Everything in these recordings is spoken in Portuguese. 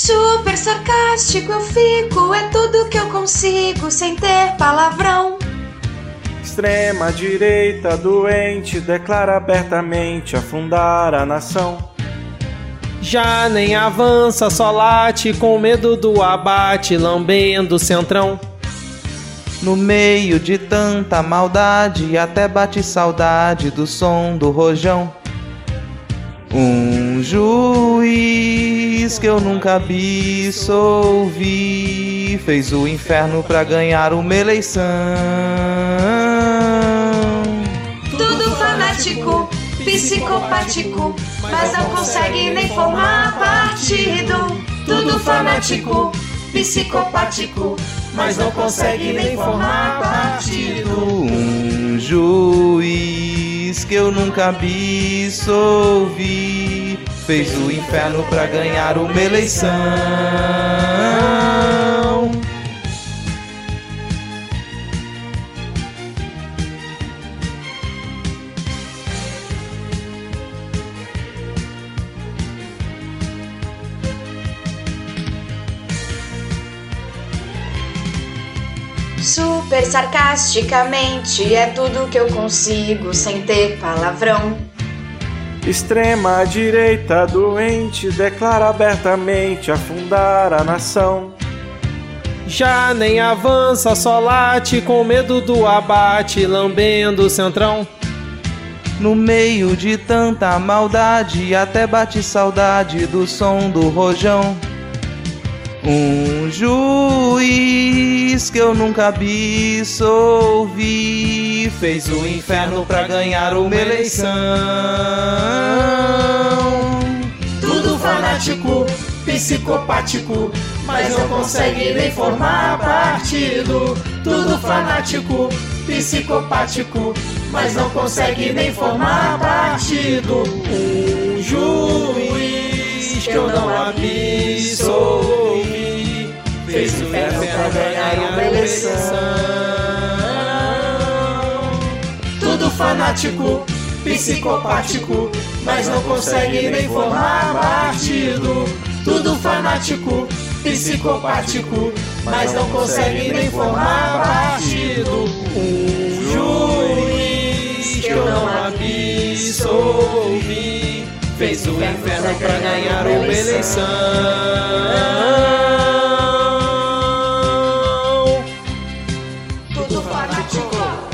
Super sarcástico eu fico, é tudo que eu consigo sem ter palavrão. Extrema direita doente declara abertamente afundar a nação. Já nem avança, só late com medo do abate, lambendo o centrão. No meio de tanta maldade, até bate saudade do som do rojão. Um juiz que eu nunca vi, ouvi, fez o inferno pra ganhar uma eleição. Tudo fanático, psicopático, mas não consegue nem formar partido. Tudo fanático, psicopático, mas não consegue nem formar partido. Um juiz que eu nunca vi, ouvi, fez o inferno pra ganhar uma eleição. Super sarcasticamente é tudo que eu consigo sem ter palavrão. Extrema direita doente declara abertamente afundar a nação. Já nem avança, só late com medo do abate, lambendo o centrão. No meio de tanta maldade, até bate saudade do som do rojão. Um juiz que eu nunca vi, ouvi, fez o inferno pra ganhar uma eleição. Tudo fanático, psicopático, mas não consegue nem formar partido. Tudo fanático, psicopático, mas não consegue nem formar partido. Um juiz que eu não ouvi, fez o inferno pra ganhar uma eleição. Tudo fanático, psicopático, mas não consegue nem formar partido. Tudo fanático, psicopático, mas não consegue nem formar partido. Um juiz que eu não ouvi, fez o inferno pra ganhar uma eleição. Tudo fanático.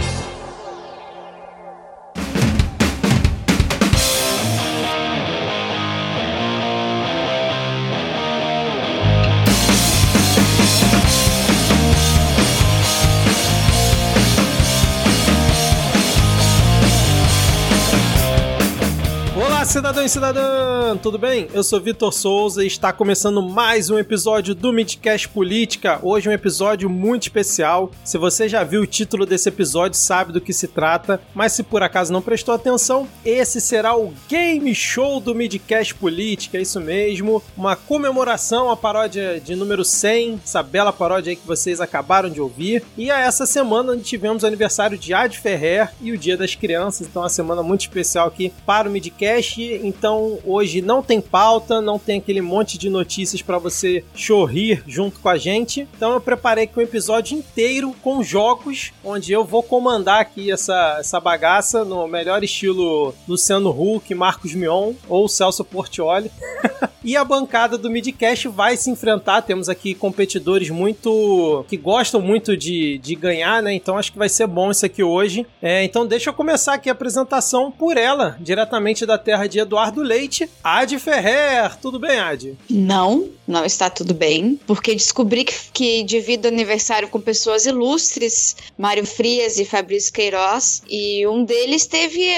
Olá, cidadão e cidadã! Tudo bem? Eu sou Vitor Souza e está começando mais um episódio do Midcast Política. Hoje um episódio muito especial. Se você já viu o título desse episódio, sabe do que se trata, mas se por acaso não prestou atenção, esse será o Game Show do Midcast Política, é isso mesmo. Uma comemoração à paródia de número 100, essa bela paródia aí que vocês acabaram de ouvir. E a essa semana tivemos o aniversário de Ad Ferrer e o Dia das Crianças, então é uma semana muito especial aqui para o Midcast. Então hoje não tem pauta, não tem aquele monte de notícias para você chorrir junto com a gente. Então eu preparei aqui um episódio inteiro com jogos, onde eu vou comandar aqui essa bagaça no melhor estilo Luciano Huck, Marcos Mion ou Celso Portiolli. E a bancada do Midcast vai se enfrentar. Temos aqui competidores que gostam muito de ganhar, né? Então acho que vai ser bom isso aqui hoje. Então deixa eu começar aqui a apresentação por ela, diretamente da terra de Eduardo Leite, Ad Ferrer. Tudo bem, Ad? Não está tudo bem, porque descobri que divido aniversário com pessoas ilustres, Mário Frias e Fabrício Queiroz, e um deles teve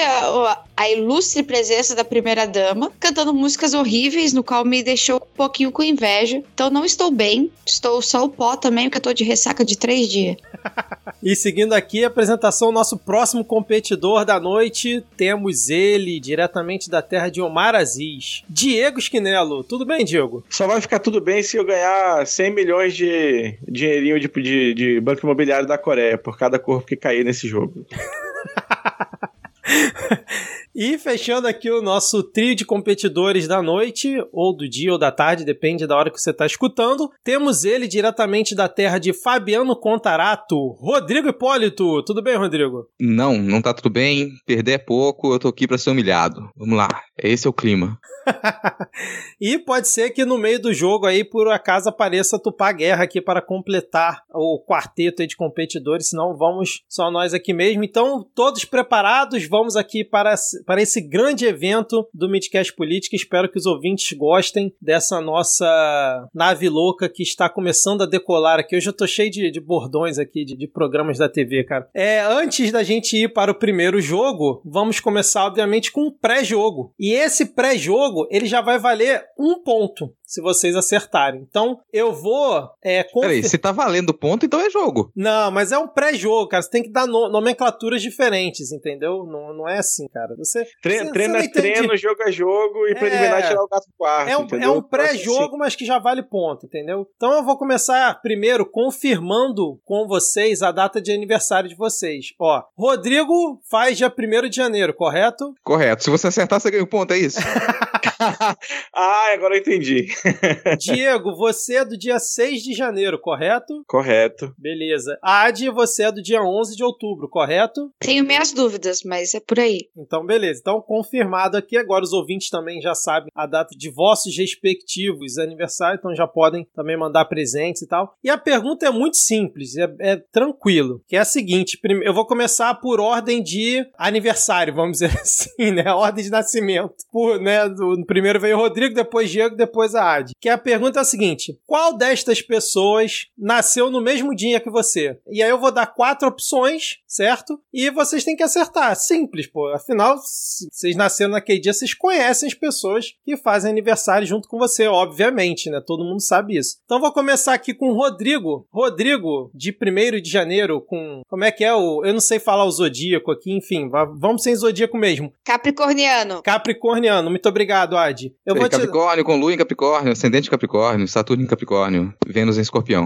a ilustre presença da primeira-dama, cantando músicas horríveis, no qual me deixou um pouquinho com inveja. Então não estou bem, estou só o pó também, porque eu tô de ressaca de 3 dias. E seguindo aqui a apresentação, nosso próximo competidor da noite, temos ele, diretamente da terra de Omar Aziz, Diego Schinello. Tudo bem, Diego? Só vai ficar tudo bem se eu ganhar 100 milhões de dinheirinho de banco imobiliário da Coreia, por cada corpo que cair nesse jogo. E fechando aqui o nosso trio de competidores da noite, ou do dia ou da tarde, depende da hora que você está escutando, temos ele diretamente da terra de Fabiano Contarato, Rodrigo Hipólito. Tudo bem, Rodrigo? Não tá tudo bem, perder é pouco, eu tô aqui pra ser humilhado. Vamos lá, esse é o clima. E pode ser que no meio do jogo aí, por acaso, apareça Tupá Guerra aqui para completar o quarteto aí de competidores, senão vamos só nós aqui mesmo. Então, todos preparados, vamos aqui para esse grande evento do Midcast Política. Espero que os ouvintes gostem dessa nossa nave louca que está começando a decolar aqui. Hoje eu tô cheio de bordões aqui, de programas da TV, cara. Antes da gente ir para o primeiro jogo, vamos começar, obviamente, com um pré-jogo. E esse pré-jogo, ele já vai valer 1 ponto, se vocês acertarem. Então, eu vou... Peraí, se tá valendo ponto, então é jogo. Não, mas é um pré-jogo, cara. Você tem que dar nomenclaturas diferentes, entendeu? Não é assim, cara. Treino é treino, jogo é jogo, e preliminar é tirar o gato do quarto, é um pré-jogo, mas que já vale ponto, entendeu? Então, eu vou começar primeiro confirmando com vocês a data de aniversário de vocês. Ó, Rodrigo faz dia 1º de janeiro, correto? Correto. Se você acertar, você ganha um ponto, é isso? Agora eu entendi. Diego, você é do dia 6 de janeiro, correto? Correto. Beleza. Adi, você é do dia 11 de outubro, correto? Tenho minhas dúvidas, mas é por aí. Então, beleza. Então, confirmado aqui. Agora os ouvintes também já sabem a data de vossos respectivos aniversários, então já podem também mandar presentes e tal. E a pergunta é muito simples, é tranquilo, que é a seguinte, eu vou começar por ordem de aniversário, vamos dizer assim, né? Ordem de nascimento. Primeiro veio o Rodrigo, depois Diego, depois a Adi. Que a pergunta é a seguinte: qual destas pessoas nasceu no mesmo dia que você? E aí eu vou dar 4 opções, certo? E vocês têm que acertar. Simples, pô. Afinal, se vocês nasceram naquele dia, vocês conhecem as pessoas que fazem aniversário junto com você, obviamente, né? Todo mundo sabe isso. Então vou começar aqui com o Rodrigo. Rodrigo, de 1º de janeiro, com... Como é que é o... Eu não sei falar o zodíaco aqui, enfim. Vamos sem zodíaco mesmo. Capricorniano. Muito obrigado, Adi. Capricórnio, com Lua em Capricórnio, ascendente em Capricórnio, Saturno em Capricórnio, Vênus em Escorpião.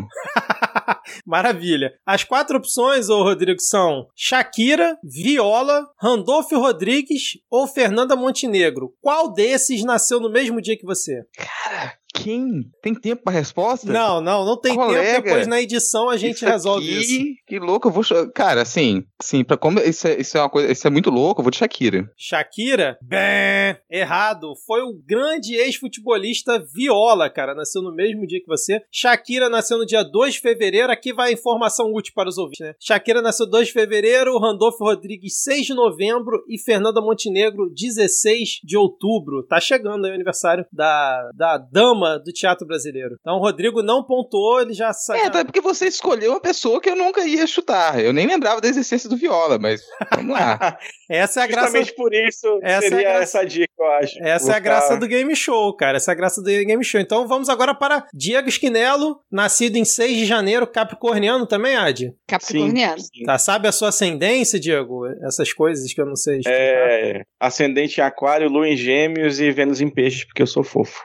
Maravilha. As 4 opções, ô Rodrigo, são Shakira, Viola, Randolfo Rodrigues ou Fernanda Montenegro. Qual desses nasceu no mesmo dia que você? Cara... Quem? Tem tempo pra resposta? Não tem tempo. Depois na edição a gente resolve isso. Que louco, eu vou... Cara, assim, como isso é uma coisa... Isso é muito louco, eu vou de Shakira. Shakira? Bem, errado. Foi o grande ex-futebolista Viola, cara. Nasceu no mesmo dia que você. Shakira nasceu no dia 2 de fevereiro. Aqui vai a informação útil para os ouvintes, né? Shakira nasceu 2 de fevereiro, Randolfo Rodrigues 6 de novembro e Fernanda Montenegro 16 de outubro. Tá chegando aí o aniversário da dama do teatro brasileiro. Então o Rodrigo não pontuou, ele já sabe. É porque você escolheu uma pessoa que eu nunca ia chutar. Eu nem lembrava da existência do Viola, mas vamos lá. Essa é a graça. Justamente por isso seria essa dica, eu acho. Essa é a graça do Game Show, cara. Essa é a graça do Game Show. Então vamos agora para Diego Esquinelo, nascido em 6 de janeiro, capricorniano também, Adi? Capricorniano. Sim. Tá, sabe a sua ascendência, Diego? Essas coisas que eu não sei explicar. Ascendente em aquário, lua em gêmeos e Vênus em peixes, porque eu sou fofo.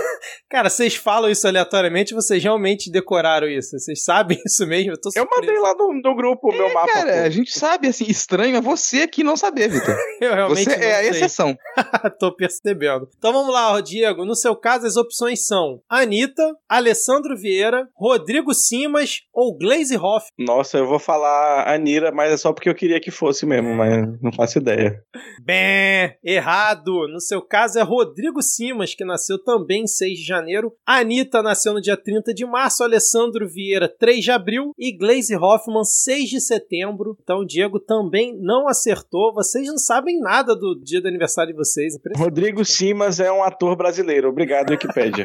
Cara, vocês falam isso aleatoriamente, vocês realmente decoraram isso? Vocês sabem isso mesmo? Eu mandei lá no grupo o meu mapa. Cara, pô. A gente sabe, assim, estranho é você que não saber, Vitor. Eu realmente você não é a sei. exceção. Tô percebendo. Então vamos lá, Diego. No seu caso, as opções são Anitta, Alessandro Vieira, Rodrigo Simas ou Glaze Hoff. Nossa, eu vou falar Anira, mas é só porque eu queria que fosse mesmo, mas não faço ideia. Bem, errado. No seu caso é Rodrigo Simas, que nasceu também em 6 de janeiro. Anitta nasceu no dia 30 de março, Alessandro Vieira 3 de abril e Glaze Hoffman 6 de setembro. Então o Diego também não acertou. Vocês não sabem nada do dia do aniversário de vocês. Rodrigo Simas é um ator brasileiro. Obrigado, Wikipédia.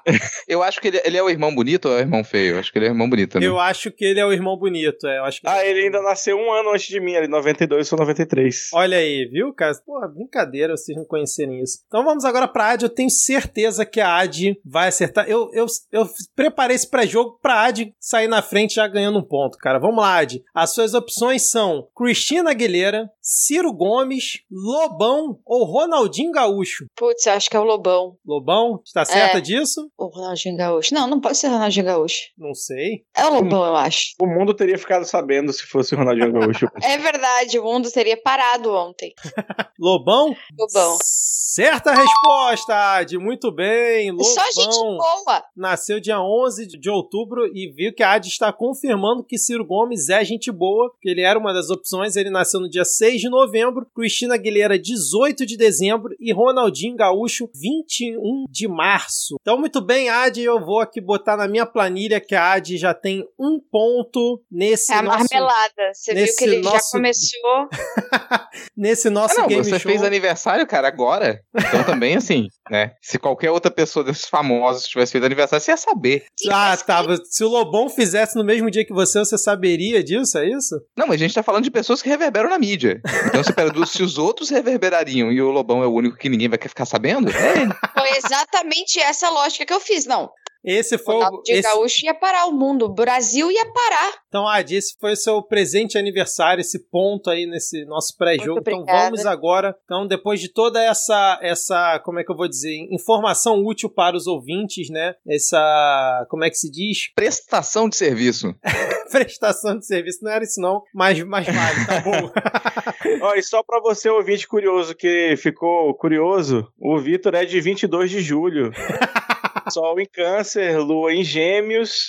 Eu acho que ele é o irmão bonito ou é o irmão feio? Eu acho que ele é o irmão bonito, né? Eu acho que ele é o irmão bonito. Eu acho que ele ainda nasceu 1 ano antes de mim, ele 92, eu sou 93. Olha aí, viu, cara? Pô, brincadeira vocês não conhecerem isso. Então vamos agora pra Adi. Eu tenho certeza que a Adi vai acertar. Eu preparei esse pré-jogo pra Adi sair na frente já ganhando um ponto, cara. Vamos lá, Adi. As suas opções são Cristina Aguilera, Ciro Gomes, Lobão ou Ronaldinho Gaúcho? Putz, eu acho que é o Lobão. Lobão? Está certa disso? O Ronaldinho Gaúcho. Não pode ser Ronaldinho Gaúcho. Não sei. É o Lobão, eu acho. O mundo teria ficado sabendo se fosse o Ronaldinho Gaúcho. É verdade, o mundo teria parado ontem. Lobão? Lobão. Certa resposta, Adi. Muito bem. Lobão. Só gente boa. Nasceu dia 11 de outubro e viu que a Adi está confirmando que Ciro Gomes é gente boa, que ele era uma das opções. Ele nasceu no dia 6 de novembro, Cristina Aguilera 18 de dezembro e Ronaldinho Gaúcho 21 de março. Então, muito bem, Adi, eu vou aqui botar na minha planilha que a Adi já tem um ponto nesse nosso... marmelada. Você viu que ele já começou... nesse nosso game você show. Fez aniversário, cara, agora. Então também, assim, né? Se qualquer outra pessoa desses famosos tivesse feito aniversário, você ia saber. Ah, tá. Se o Lobão fizesse no mesmo dia que você saberia disso, é isso? Não, mas a gente tá falando de pessoas que reverberam na mídia. Então, se os outros reverberariam e o Lobão é o único que ninguém vai ficar sabendo, é ele. Foi exatamente essa lógica que eu fiz, não. Esse foi o Gaúcho ia parar o mundo, o Brasil ia parar. Então, Adi, esse foi o seu presente de aniversário, esse ponto aí nesse nosso pré-jogo. Então vamos agora, então depois de toda essa, como é que eu vou dizer, informação útil para os ouvintes, né? Essa, como é que se diz? Prestação de serviço. Prestação de serviço, não era isso não, mas vale, tá bom. Ó, e só pra você, ouvinte curioso, que ficou curioso, o Vitor é de 22 de julho. Sol em Câncer, Lua em Gêmeos,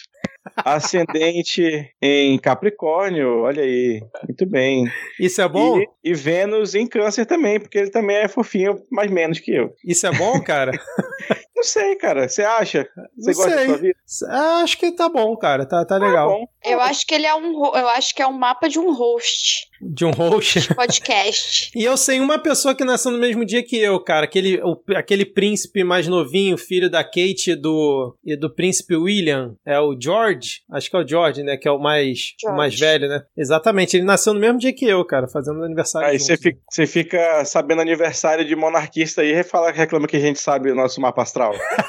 Ascendente em Capricórnio, olha aí, muito bem. Isso é bom? E Vênus em Câncer também, porque ele também é fofinho, mas menos que eu. Isso é bom, cara? Não sei, cara, você acha? Você gosta da sua vida? Acho que tá bom, cara, tá legal. Bom. Eu acho que ele é um mapa de um host. De um host? Podcast. E eu sei uma pessoa que nasceu no mesmo dia que eu, cara. Aquele príncipe mais novinho, filho da Kate e do príncipe William. É o George? Acho que é o George, né? Que é o mais velho, né? Exatamente. Ele nasceu no mesmo dia que eu, cara. Fazendo aniversário. Aí você fica sabendo aniversário de monarquista aí e reclama que a gente sabe o nosso mapa astral.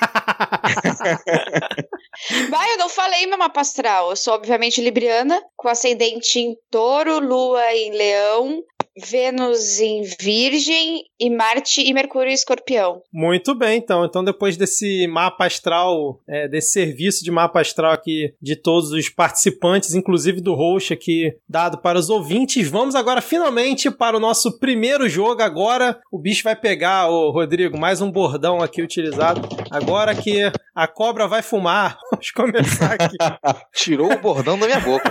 Vai, eu não falei meu mapa astral. Eu sou, obviamente, libriana, com ascendente em touro, lua em leão, Vênus em Virgem e Marte e Mercúrio em Escorpião. Muito bem, então. Então, depois desse mapa astral, desse serviço de mapa astral aqui de todos os participantes, inclusive do host aqui, dado para os ouvintes, vamos agora finalmente para o nosso primeiro jogo. Agora o bicho vai pegar, Rodrigo, mais um bordão aqui utilizado. Agora que a cobra vai fumar. Vamos começar aqui. Tirou o bordão da minha boca.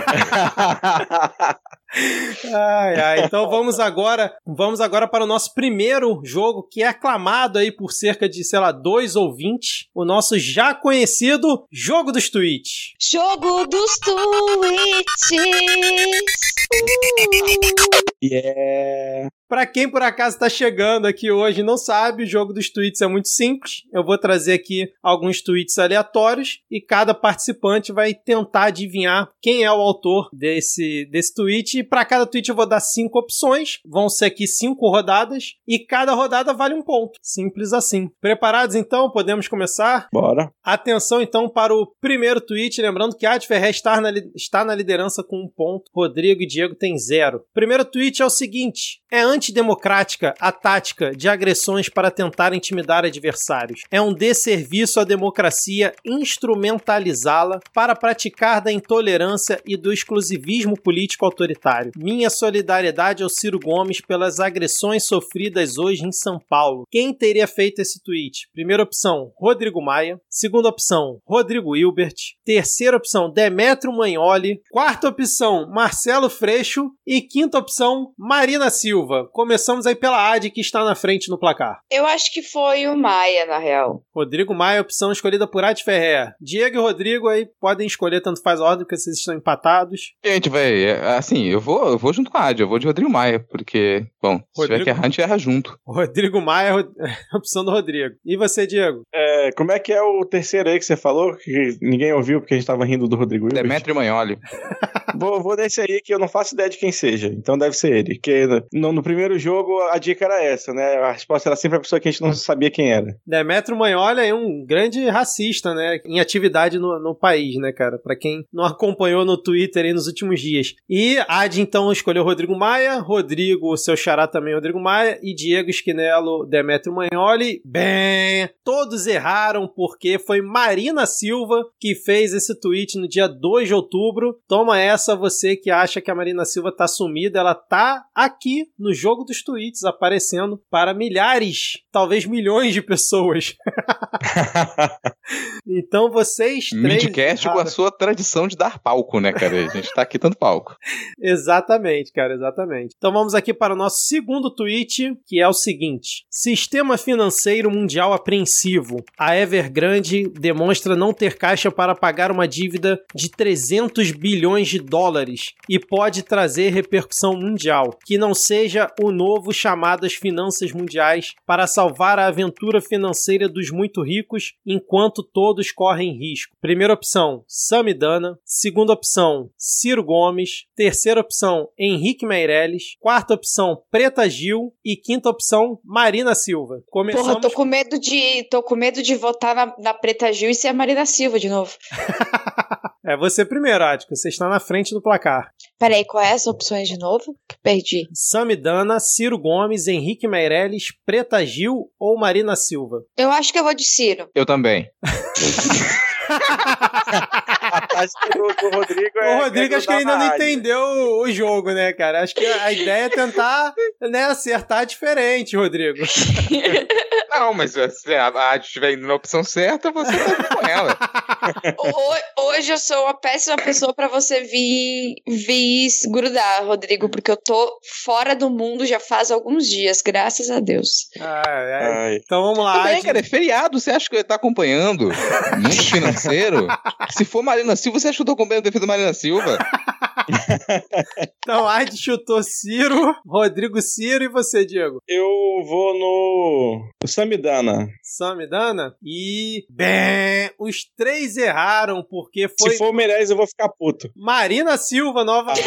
Então vamos agora para o nosso primeiro jogo, que é aclamado aí por cerca de, 2 ouvintes, o nosso já conhecido Jogo dos Tweets. Jogo dos Tweets! Yeah! Pra quem por acaso tá chegando aqui hoje e não sabe, o Jogo dos Tweets é muito simples. Eu vou trazer aqui alguns tweets aleatórios e cada participante vai tentar adivinhar quem é o autor desse tweet. E para cada tweet eu vou dar 5 opções. Vão ser aqui 5 rodadas e cada rodada vale um ponto. Simples assim. Preparados então? Podemos começar? Bora. Atenção então para o primeiro tweet. Lembrando que Adi Ferrer está na liderança com 1 ponto. Rodrigo e Diego têm 0. Primeiro tweet é o seguinte: é antidemocrática a tática de agressões para tentar intimidar adversários. É um desserviço à democracia instrumentalizá-la para praticar da intolerância e do exclusivismo político autoritário. Minha solidariedade ao Ciro Gomes pelas agressões sofridas hoje em São Paulo. Quem teria feito esse tweet? Primeira opção, Rodrigo Maia. Segunda opção, Rodrigo Hilbert. Terceira opção, Demétrio Magnoli. Quarta opção, Marcelo Freixo. E quinta opção, Marina Silva. Começamos aí pela Adi, que está na frente no placar. Eu acho que foi o Maia, na real. Rodrigo Maia, opção escolhida por Adi Ferrer. Diego e Rodrigo aí podem escolher, tanto faz a ordem, porque vocês estão empatados. Gente, assim, eu vou junto com a Adi, eu vou de Rodrigo Maia, porque, bom, se tiver que errar, a gente erra junto. Rodrigo Maia é opção do Rodrigo. E você, Diego? Como é que é o terceiro aí que você falou, que ninguém ouviu porque a gente tava rindo do Rodrigo Hilbert? Demétrio Magnoli. Vou desse aí que eu não faço ideia de quem seja, então deve ser ser ele. Porque no primeiro jogo a dica era essa, né? A resposta era sempre a pessoa que a gente não sabia quem era. Demétrio Manhola é um grande racista, né? Em atividade no país, né, cara? Pra quem não acompanhou no Twitter aí nos últimos dias. E Adi, então, escolheu Rodrigo Maia. Rodrigo, seu xará também, Rodrigo Maia. E Diego Esquinelo, Demétrio Manholi. Bem, todos erraram porque foi Marina Silva que fez esse tweet no dia 2 de outubro. Toma essa, você que acha que a Marina Silva tá sumida. Ela tá aqui no jogo dos tweets, aparecendo para milhares, talvez milhões de pessoas. Então vocês três... Midcast com a sua tradição de dar palco, né, cara? A gente tá aqui dando palco. Exatamente, cara, exatamente. Então vamos aqui para o nosso segundo tweet, que é o seguinte: Sistema financeiro mundial apreensivo. A Evergrande demonstra não ter caixa para pagar uma dívida de 300 bilhões de dólares e pode trazer repercussão mundial, que não seja o novo chamado às finanças mundiais para salvar a aventura financeira dos muito ricos enquanto todos correm risco. Primeira opção, Samidana. Segunda opção, Ciro Gomes. Terceira opção, Henrique Meirelles. Quarta opção, Preta Gil. E quinta opção, Marina Silva. Começamos... Porra, tô com medo de votar na Preta Gil e ser a Marina Silva de novo. É você primeiro, Ático. Você está na frente do placar. Peraí, qual é as opções de novo? Que perdi. Samidana, Ciro Gomes, Henrique Meirelles, Preta Gil ou Marina Silva? Eu acho que eu vou de Ciro. Eu também. Acho que o Rodrigo o Rodrigo acho que ainda não entendeu o jogo, né, cara? Acho que a ideia é tentar, né, acertar diferente, Rodrigo. Não, mas se a Adi estiver indo na opção certa, você tá com ela. Hoje eu sou uma péssima pessoa pra você vir grudar, Rodrigo, porque eu tô fora do mundo já faz alguns dias, graças a Deus. Ai. Então vamos lá. Também, cara, é feriado, você acha que eu tá acompanhando? Mundo financeiro? Se for Marina Silva, você acha que eu tô acompanhando o defeito da Marina Silva? Então, Adi chutou Ciro, Rodrigo Ciro e você, Diego? Eu vou no Samidana. Samidana? E... bem, os três erraram porque foi... Se for o Meirelles, eu vou ficar puto. Marina Silva novamente.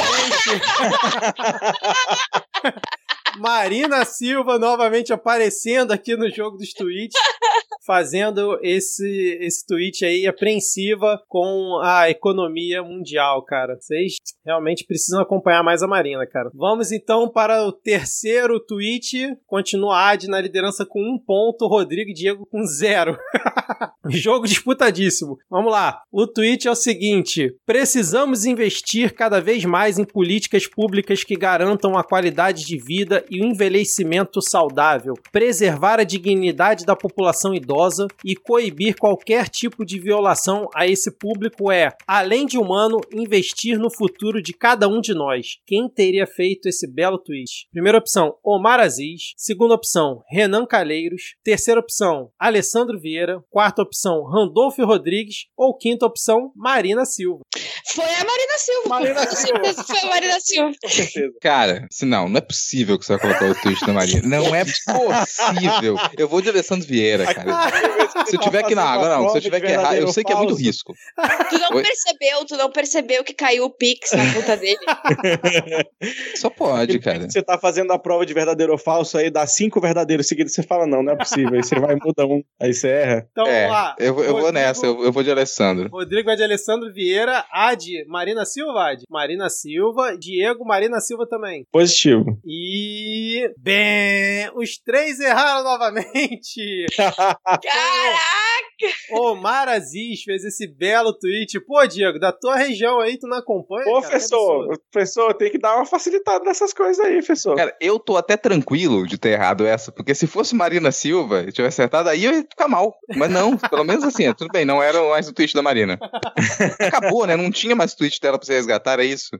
Marina Silva novamente aparecendo aqui no jogo dos tweets, fazendo esse tweet aí apreensiva com a economia mundial, cara. Vocês realmente precisam acompanhar mais a Marina, cara. Vamos então para o terceiro tweet. Continua a Adi na liderança com 1 ponto, Rodrigo e Diego com 0. Jogo disputadíssimo. Vamos lá. O tweet é o seguinte: precisamos investir cada vez mais em políticas públicas que garantam a qualidade de vida e o envelhecimento saudável, preservar a dignidade da população idosa e coibir qualquer tipo de violação a esse público é, além de humano, investir no futuro de cada um de nós. Quem teria feito esse belo tweet? Primeira opção, Omar Aziz. Segunda opção, Renan Calheiros. Terceira opção, Alessandro Vieira. Quarta opção, Randolfo Rodrigues. Ou quinta opção, Marina Silva. Foi a Marina Silva. Marina Com Silva. certeza foi a Marina Silva. Com certeza. Cara, não é possível que você vai colocar o tweet da Marina. Não é possível. Eu vou de Alessandro Vieira, cara. Se eu tiver que na água, não. Se eu tiver que errar, eu sei que é muito risco. Tu não percebeu que caiu o Pix na conta dele. Só pode, cara. Você tá fazendo a prova de verdadeiro ou falso, aí dá 5 verdadeiros seguidos, você fala, não é possível. Aí você vai e muda um, aí você erra. Então vamos lá. Eu vou nessa, eu vou de Alessandro. Rodrigo vai de Alessandro Vieira. Adi, Marina Silva, Adi. Marina Silva. Diego, Marina Silva também. Positivo. E... bem, os três erraram novamente. Caraca! Omar Aziz fez esse belo tweet. Pô, Diego, da tua região aí, tu não acompanha? Pô, cara? professor, tem que dar uma facilitada nessas coisas aí, professor. Cara, eu tô até tranquilo de ter errado essa, porque se fosse Marina Silva e tivesse acertado, aí eu ia ficar mal. Mas não, pelo menos assim, tudo bem, não era mais o tweet da Marina. Acabou, né? Não tinha mais tweet dela pra você resgatar, é isso?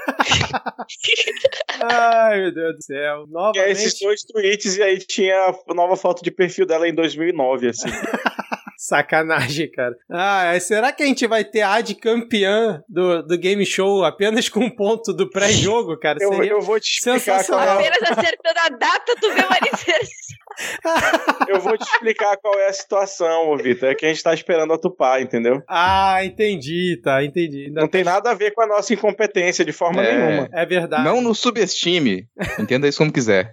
Ai, meu Deus do céu. Novamente... E aí, esses 2 tweets e aí tinha a nova foto de perfil dela em 2009, assim. Sacanagem, cara. Será que a gente vai ter a de campeã do Game Show apenas com um ponto do pré-jogo, cara? Eu vou te explicar qual é. Apenas acertando a data do meu aniversário. Eu vou te explicar qual é a situação, Vitor. É que a gente tá esperando a Tupá, entendeu? Entendi, tá, entendi. Não tem nada a ver com a nossa incompetência de forma nenhuma. É verdade. Não nos subestime. Entenda isso como quiser.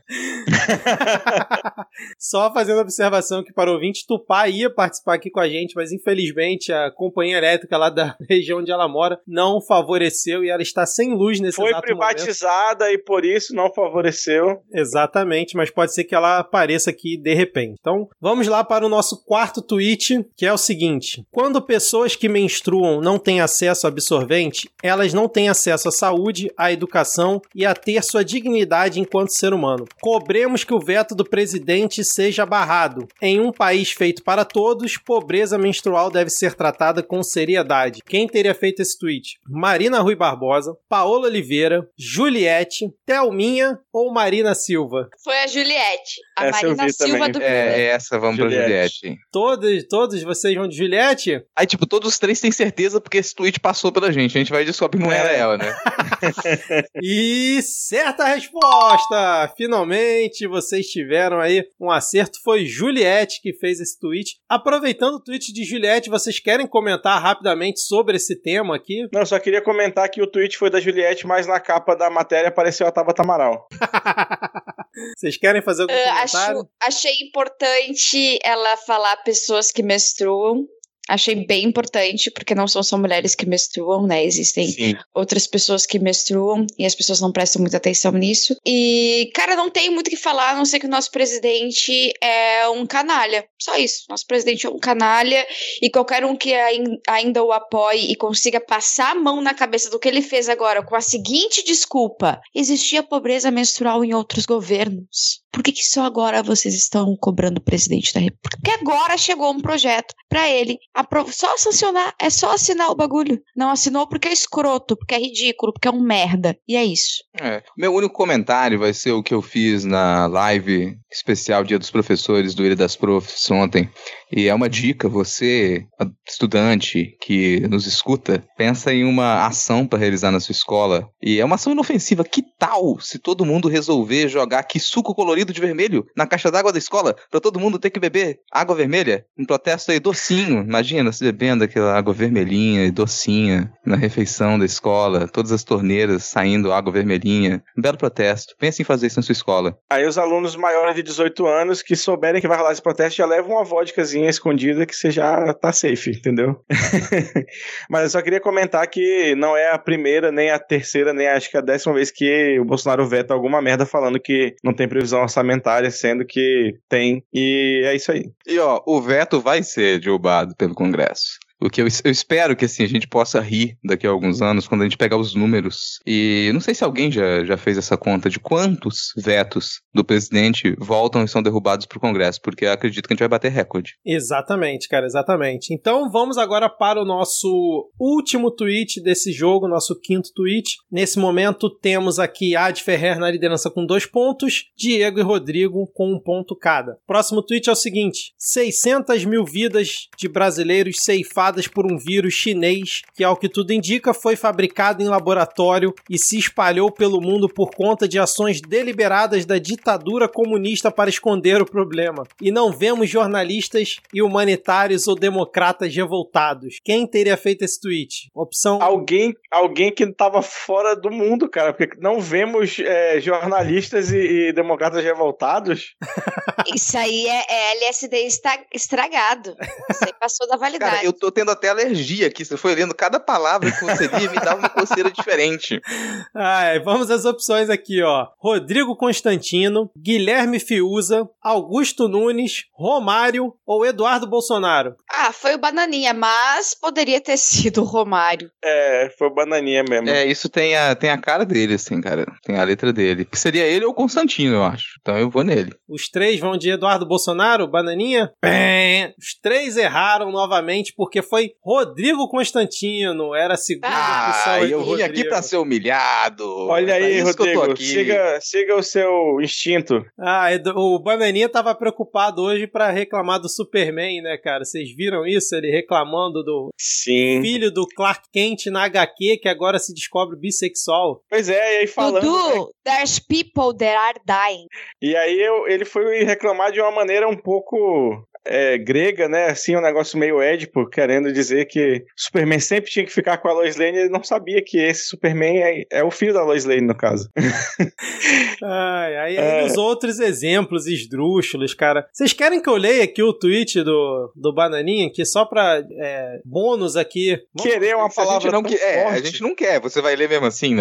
Só fazendo observação que para o ouvinte, Tupá ia participar aqui com a gente, mas infelizmente a companhia elétrica lá da região onde ela mora não favoreceu e ela está sem luz nesse exato momento. Foi privatizada e por isso não favoreceu. Exatamente, mas pode ser que ela apareça aqui de repente. Então, vamos lá para o nosso quarto tweet, que é o seguinte: quando pessoas que menstruam não têm acesso a absorvente, elas não têm acesso à saúde, à educação e a ter sua dignidade enquanto ser humano. Cobremos que o veto do presidente seja barrado. Em um país feito para todos, pobreza menstrual deve ser tratada com seriedade. Quem teria feito esse tweet? Marina Rui Barbosa, Paola Oliveira, Juliette, Thelminha ou Marina Silva? Foi a Juliette. A Essa Marina Silva do essa, vamos pra Juliette. Todos vocês vão de Juliette? Aí, tipo, todos os três têm certeza porque esse tweet passou pela gente. A gente vai descobrir que não era ela, né? E certa resposta! Finalmente vocês tiveram aí um acerto. Foi Juliette que fez esse tweet. Aproveitando o tweet de Juliette, vocês querem comentar rapidamente sobre esse tema aqui? Não, eu só queria comentar que o tweet foi da Juliette, mas na capa da matéria apareceu a Tabata Amaral. Vocês querem fazer algum comentário? Achei importante ela falar pessoas que menstruam. Achei bem importante, porque não são só mulheres que menstruam, né? Existem outras pessoas que menstruam e as pessoas não prestam muita atenção nisso. E, cara, não tem muito o que falar, a não ser que o nosso presidente é um canalha. Só isso. Nosso presidente é um canalha e qualquer um que ainda o apoie e consiga passar a mão na cabeça do que ele fez agora com a seguinte desculpa: existia pobreza menstrual em outros governos. Por que só agora vocês estão cobrando o presidente da República? Porque agora chegou um projeto pra ele só sancionar, é só assinar o bagulho. Não assinou porque é escroto, porque é ridículo, porque é um merda. E é isso. Meu único comentário vai ser o que eu fiz na live especial Dia dos Professores do Ilha das Profs ontem. E é uma dica, você, estudante que nos escuta, pensa em uma ação para realizar na sua escola. E é uma ação inofensiva. Que tal se todo mundo resolver jogar que suco colorido de vermelho na caixa d'água da escola para todo mundo ter que beber água vermelha? Um protesto aí docinho. Imagina, se bebendo aquela água vermelhinha e docinha na refeição da escola, todas as torneiras saindo água vermelhinha. Um belo protesto. Pense em fazer isso na sua escola. Aí os alunos maiores de 18 anos que souberem que vai rolar esse protesto já levam uma vodkazinha escondida que você já tá safe, entendeu? Mas eu só queria comentar que não é a primeira, nem a terceira, nem acho que a 10ª vez que o Bolsonaro veta alguma merda falando que não tem previsão orçamentária, sendo que tem. E é isso aí. E o veto vai ser derrubado pelo Congresso. O que eu espero que assim, a gente possa rir daqui a alguns anos quando a gente pegar os números. E não sei se alguém já fez essa conta de quantos vetos do presidente voltam e são derrubados pro Congresso, porque eu acredito que a gente vai bater recorde. Exatamente, cara, exatamente. Então vamos agora para o nosso último tweet desse jogo, nosso quinto tweet. Nesse momento temos aqui Ad Ferrer na liderança com 2 pontos, Diego e Rodrigo com 1 ponto cada. Próximo tweet é o seguinte: 600 mil vidas de brasileiros ceifados por um vírus chinês que, ao que tudo indica, foi fabricado em laboratório e se espalhou pelo mundo por conta de ações deliberadas da ditadura comunista para esconder o problema. E não vemos jornalistas e humanitários ou democratas revoltados. Quem teria feito esse tweet? Opção... Alguém que tava fora do mundo, cara, porque não vemos jornalistas e democratas revoltados. Isso aí é LSD estragado. Isso aí passou da validade. Cara, eu tô tendo até alergia aqui. Você foi lendo cada palavra que você lia e me dava uma coceira diferente. Vamos às opções aqui, ó. Rodrigo Constantino, Guilherme Fiuza, Augusto Nunes, Romário ou Eduardo Bolsonaro? Foi o Bananinha, mas poderia ter sido o Romário. Foi o Bananinha mesmo. Isso tem a cara dele, assim, cara. Tem a letra dele. Que seria ele ou o Constantino, eu acho. Então eu vou nele. Os 3 vão de Eduardo Bolsonaro, Bananinha? Os 3 erraram novamente porque foi Rodrigo Constantino. Era a segunda opção. Eu vim aqui pra ser humilhado. Olha aí, Rodrigo. Siga o seu instinto. O Bananinha tava preocupado hoje pra reclamar do Superman, né, cara? Vocês viram viram isso? Ele reclamando do Sim. filho do Clark Kent na HQ, que agora se descobre bissexual. Pois é, e aí falando... Dudu, there's people that are dying. E aí ele foi reclamar de uma maneira um pouco... grega, né? Assim, um negócio meio édipo, querendo dizer que Superman sempre tinha que ficar com a Lois Lane. Ele não sabia que esse Superman é o filho da Lois Lane, no caso. Aí os outros exemplos esdrúxulos, cara. Vocês querem que eu leia aqui o tweet do Bananinha, que só pra bônus aqui? Querer uma palavra tão forte. A gente não quer, você vai ler mesmo assim, né?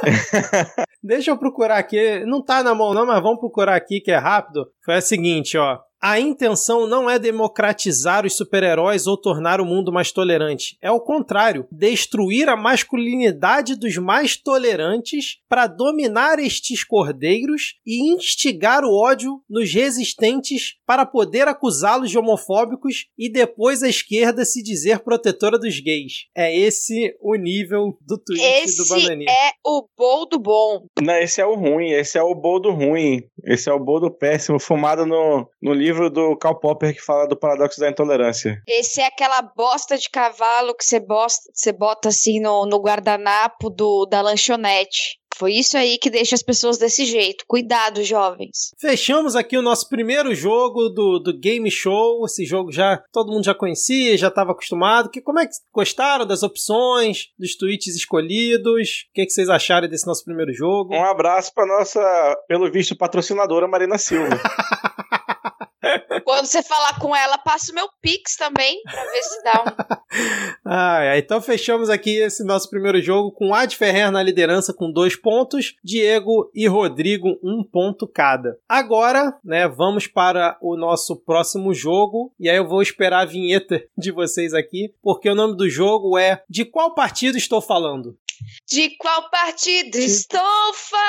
Deixa eu procurar aqui. Não tá na mão não, mas vamos procurar aqui que é rápido. Foi a seguinte, ó. A intenção não é democratizar os super-heróis ou tornar o mundo mais tolerante. É o contrário, destruir a masculinidade dos mais tolerantes para dominar estes cordeiros e instigar o ódio nos resistentes para poder acusá-los de homofóbicos e depois a esquerda se dizer protetora dos gays. É esse o nível do tweet do Bananinha. Esse é o boldo bom. Não, esse é o ruim, esse é o boldo ruim. Esse é o boldo péssimo, fumado no livro do Karl Popper que fala do paradoxo da intolerância. Esse é aquela bosta de cavalo que você bota assim no guardanapo da lanchonete. Foi isso aí que deixa as pessoas desse jeito. Cuidado, jovens. Fechamos aqui o nosso primeiro jogo do Game Show. Esse jogo todo mundo já conhecia, já estava acostumado. Como é que gostaram das opções, dos tweets escolhidos? O que vocês acharam desse nosso primeiro jogo? Um abraço para nossa, pelo visto, patrocinadora Marina Silva. Quando você falar com ela, passa o meu Pix também, pra ver se dá Então fechamos aqui esse nosso primeiro jogo com Ad Ferrer na liderança com 2 pontos, Diego e Rodrigo 1 ponto cada. Agora, né, vamos para o nosso próximo jogo, e aí eu vou esperar a vinheta de vocês aqui, porque o nome do jogo é De Qual Partido Estou Falando? De qual partido estou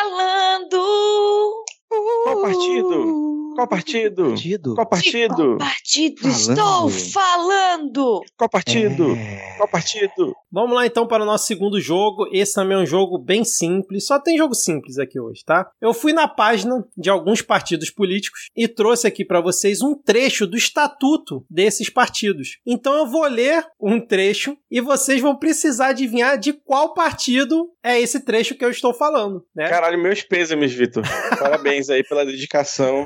falando? Qual partido? Qual partido? Qual partido? De qual partido estou falando? Qual partido? Qual partido? Vamos lá então para o nosso segundo jogo. Esse também é um jogo bem simples. Só tem jogo simples aqui hoje, tá? Eu fui na página de alguns partidos políticos e trouxe aqui para vocês um trecho do estatuto desses partidos. Então eu vou ler um trecho e vocês vão precisar adivinhar de qual partido é esse trecho que eu estou falando, né? Caralho, meus pêsames, Vitor. Parabéns aí pela dedicação.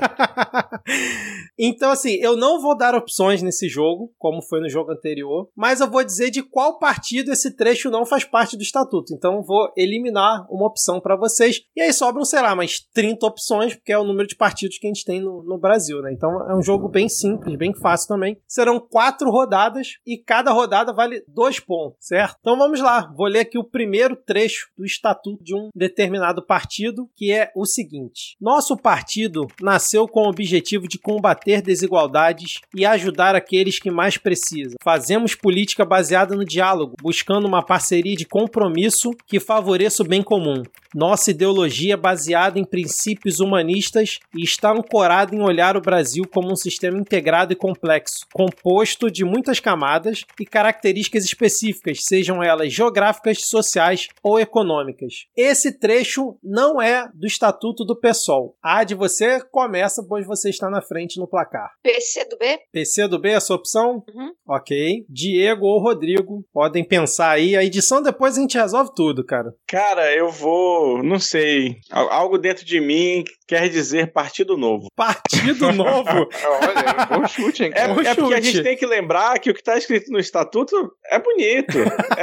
Então, assim, eu não vou dar opções nesse jogo, como foi no jogo anterior, mas eu vou dizer de qual partido esse trecho não faz parte do estatuto. Então, eu vou eliminar uma opção para vocês. E aí sobram, sei lá, mais 30 opções, porque é o número de partidos que a gente tem no Brasil, né? Então, é um jogo bem simples, bem fácil também. Serão 4 rodadas e cada rodada vale 2 pontos, certo? Então, vamos lá. Vou ler aqui o primeiro trecho do estatuto de um determinado partido, que é o seguinte. Nosso partido nasceu com o objetivo de combater desigualdades e ajudar aqueles que mais precisam. Fazemos política baseada no diálogo, buscando uma parceria de compromisso que favoreça o bem comum. Nossa ideologia é baseada em princípios humanistas e está ancorada em olhar o Brasil como um sistema integrado e complexo, composto de muitas camadas e características específicas, sejam elas geográficas, sociais ou econômicas. Esse trecho não é do Estatuto do PSOL. Ad, você começa, pois você está na frente no placar. PCdoB? PCdoB é a sua opção? Uhum. Ok. Diego ou Rodrigo, podem pensar aí. A edição depois a gente resolve tudo, cara. Cara, eu vou... Não sei. Algo dentro de mim quer dizer Partido Novo. Partido Novo? Olha, bom chute, hein? É porque a gente tem que lembrar que o que está escrito no Estatuto é bonito.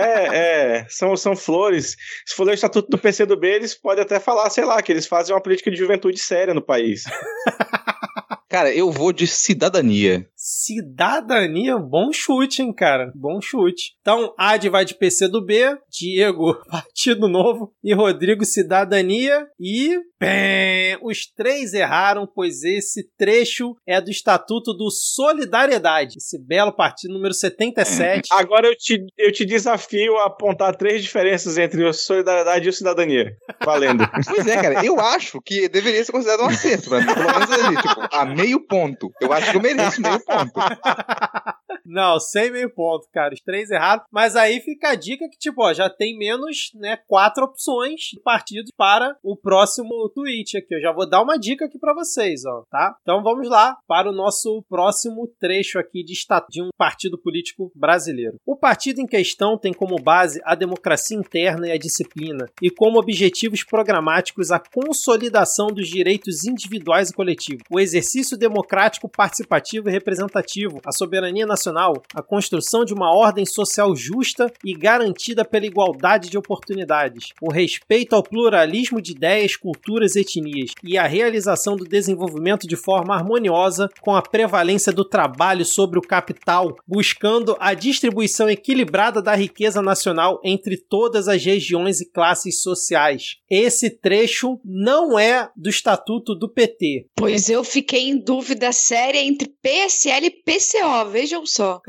São flores. Se for ler o Estatuto do PCdoB, eles podem até falar, sei lá, que eles fazem uma política de juventude séria no país. Cara, eu vou de cidadania. Cidadania? Bom chute, hein, cara? Bom chute. Então, Ad vai de PCdoB, Diego, Partido Novo e Rodrigo, Cidadania. E... os 3 erraram, pois esse trecho é do Estatuto do Solidariedade. Esse belo partido, número 77. Agora eu te desafio a apontar 3 diferenças entre o Solidariedade e o Cidadania. Valendo. Pois é, cara. Eu acho que deveria ser considerado um acerto pra mim. Pelo menos ali, tipo, a meio ponto. Eu acho que eu mereço meio ponto. Não, sem meio ponto, cara. Os 3 erraram. Mas aí fica a dica que, tipo, ó, já tem menos, né, 4 opções de partidos para o próximo tweet aqui. Eu já vou dar uma dica aqui pra vocês, ó, tá? Então vamos lá para o nosso próximo trecho aqui de um partido político brasileiro. O partido em questão tem como base a democracia interna e a disciplina, e como objetivos programáticos a consolidação dos direitos individuais e coletivos, o exercício democrático, participativo e representativo, a soberania nacional, a construção de uma ordem social justa e garantida pela igualdade de oportunidades, o respeito ao pluralismo de ideias, culturas e etnias, e a realização do desenvolvimento de forma harmoniosa com a prevalência do trabalho sobre o capital, buscando a distribuição equilibrada da riqueza nacional entre todas as regiões e classes sociais. Esse trecho não é do Estatuto do PT. Pois eu fiquei em dúvida séria entre PSL e PCO, vejam só.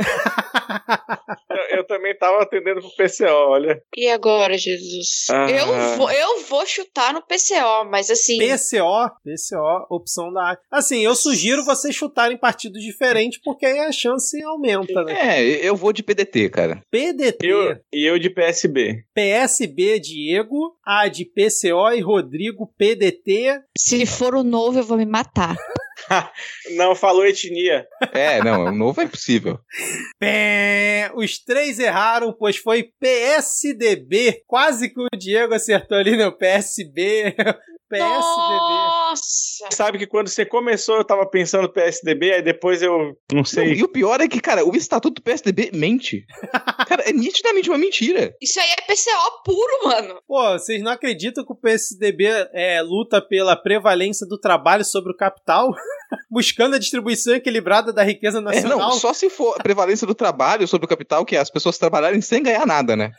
Eu também tava atendendo pro PCO, olha. E agora, Jesus? Eu vou chutar no PCO, mas assim... PCO, opção da A. Assim, eu sugiro vocês chutarem partidos diferentes, porque aí a chance aumenta, né? Eu vou de PDT, cara. PDT. Eu de PSB. PSB, Diego. A de PCO e Rodrigo, PDT. Se for o novo, eu vou me matar. Não, falou etnia. Não, o novo é impossível. Os 3 erraram, pois foi PSDB. Quase que o Diego acertou ali, né? O PSB. PSDB. Nossa! Sabe que quando você começou eu tava pensando PSDB, aí depois eu não sei. Não, e o pior é que, cara, o estatuto do PSDB mente. Cara, é nitidamente uma mentira. Isso aí é PCO puro, mano. Pô, vocês não acreditam que o PSDB luta pela prevalência do trabalho sobre o capital? Buscando a distribuição equilibrada da riqueza nacional? Não, só se for a prevalência do trabalho sobre o capital, que é as pessoas trabalharem sem ganhar nada, né?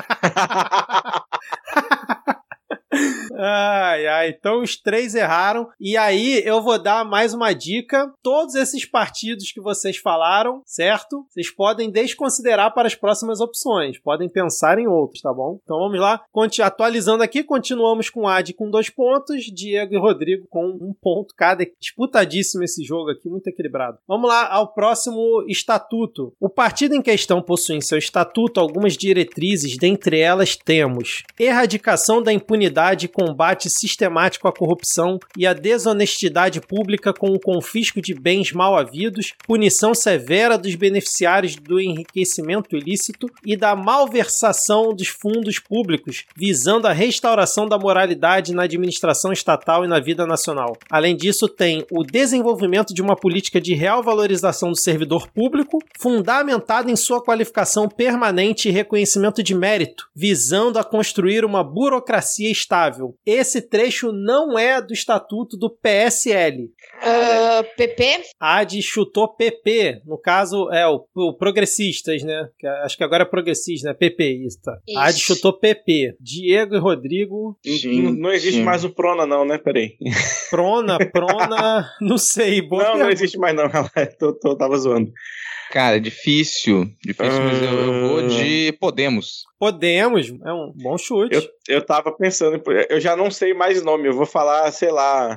Então os 3 erraram. E aí eu vou dar mais uma dica. Todos esses partidos que vocês falaram, certo? Vocês podem desconsiderar para as próximas opções. Podem pensar em outros, tá bom? Então vamos lá. Atualizando aqui, continuamos com Ad com 2 pontos, Diego e Rodrigo com 1 ponto cada. Disputadíssimo esse jogo aqui, muito equilibrado. Vamos lá ao próximo estatuto. O partido em questão possui em seu estatuto algumas diretrizes, dentre elas temos erradicação da impunidade, combate sistemático à corrupção e à desonestidade pública com o confisco de bens mal havidos, punição severa dos beneficiários do enriquecimento ilícito e da malversação dos fundos públicos, visando a restauração da moralidade na administração estatal e na vida nacional. Além disso, tem o desenvolvimento de uma política de real valorização do servidor público, fundamentada em sua qualificação permanente e reconhecimento de mérito, visando a construir uma burocracia estável. Esse trecho não é do estatuto do PSL. PP? Ad chutou PP. No caso, o Progressistas, né? Acho que agora é Progressista, né? PP, isso, tá. Ad chutou PP. Diego e Rodrigo. Não existe mais o Prona, não, né? Peraí. Prona, não sei. Não existe mais, não. Tava zoando. Cara, é difícil, mas eu vou de Podemos. Podemos, é um bom chute. Eu tava pensando, eu já não sei mais nome, eu vou falar, sei lá.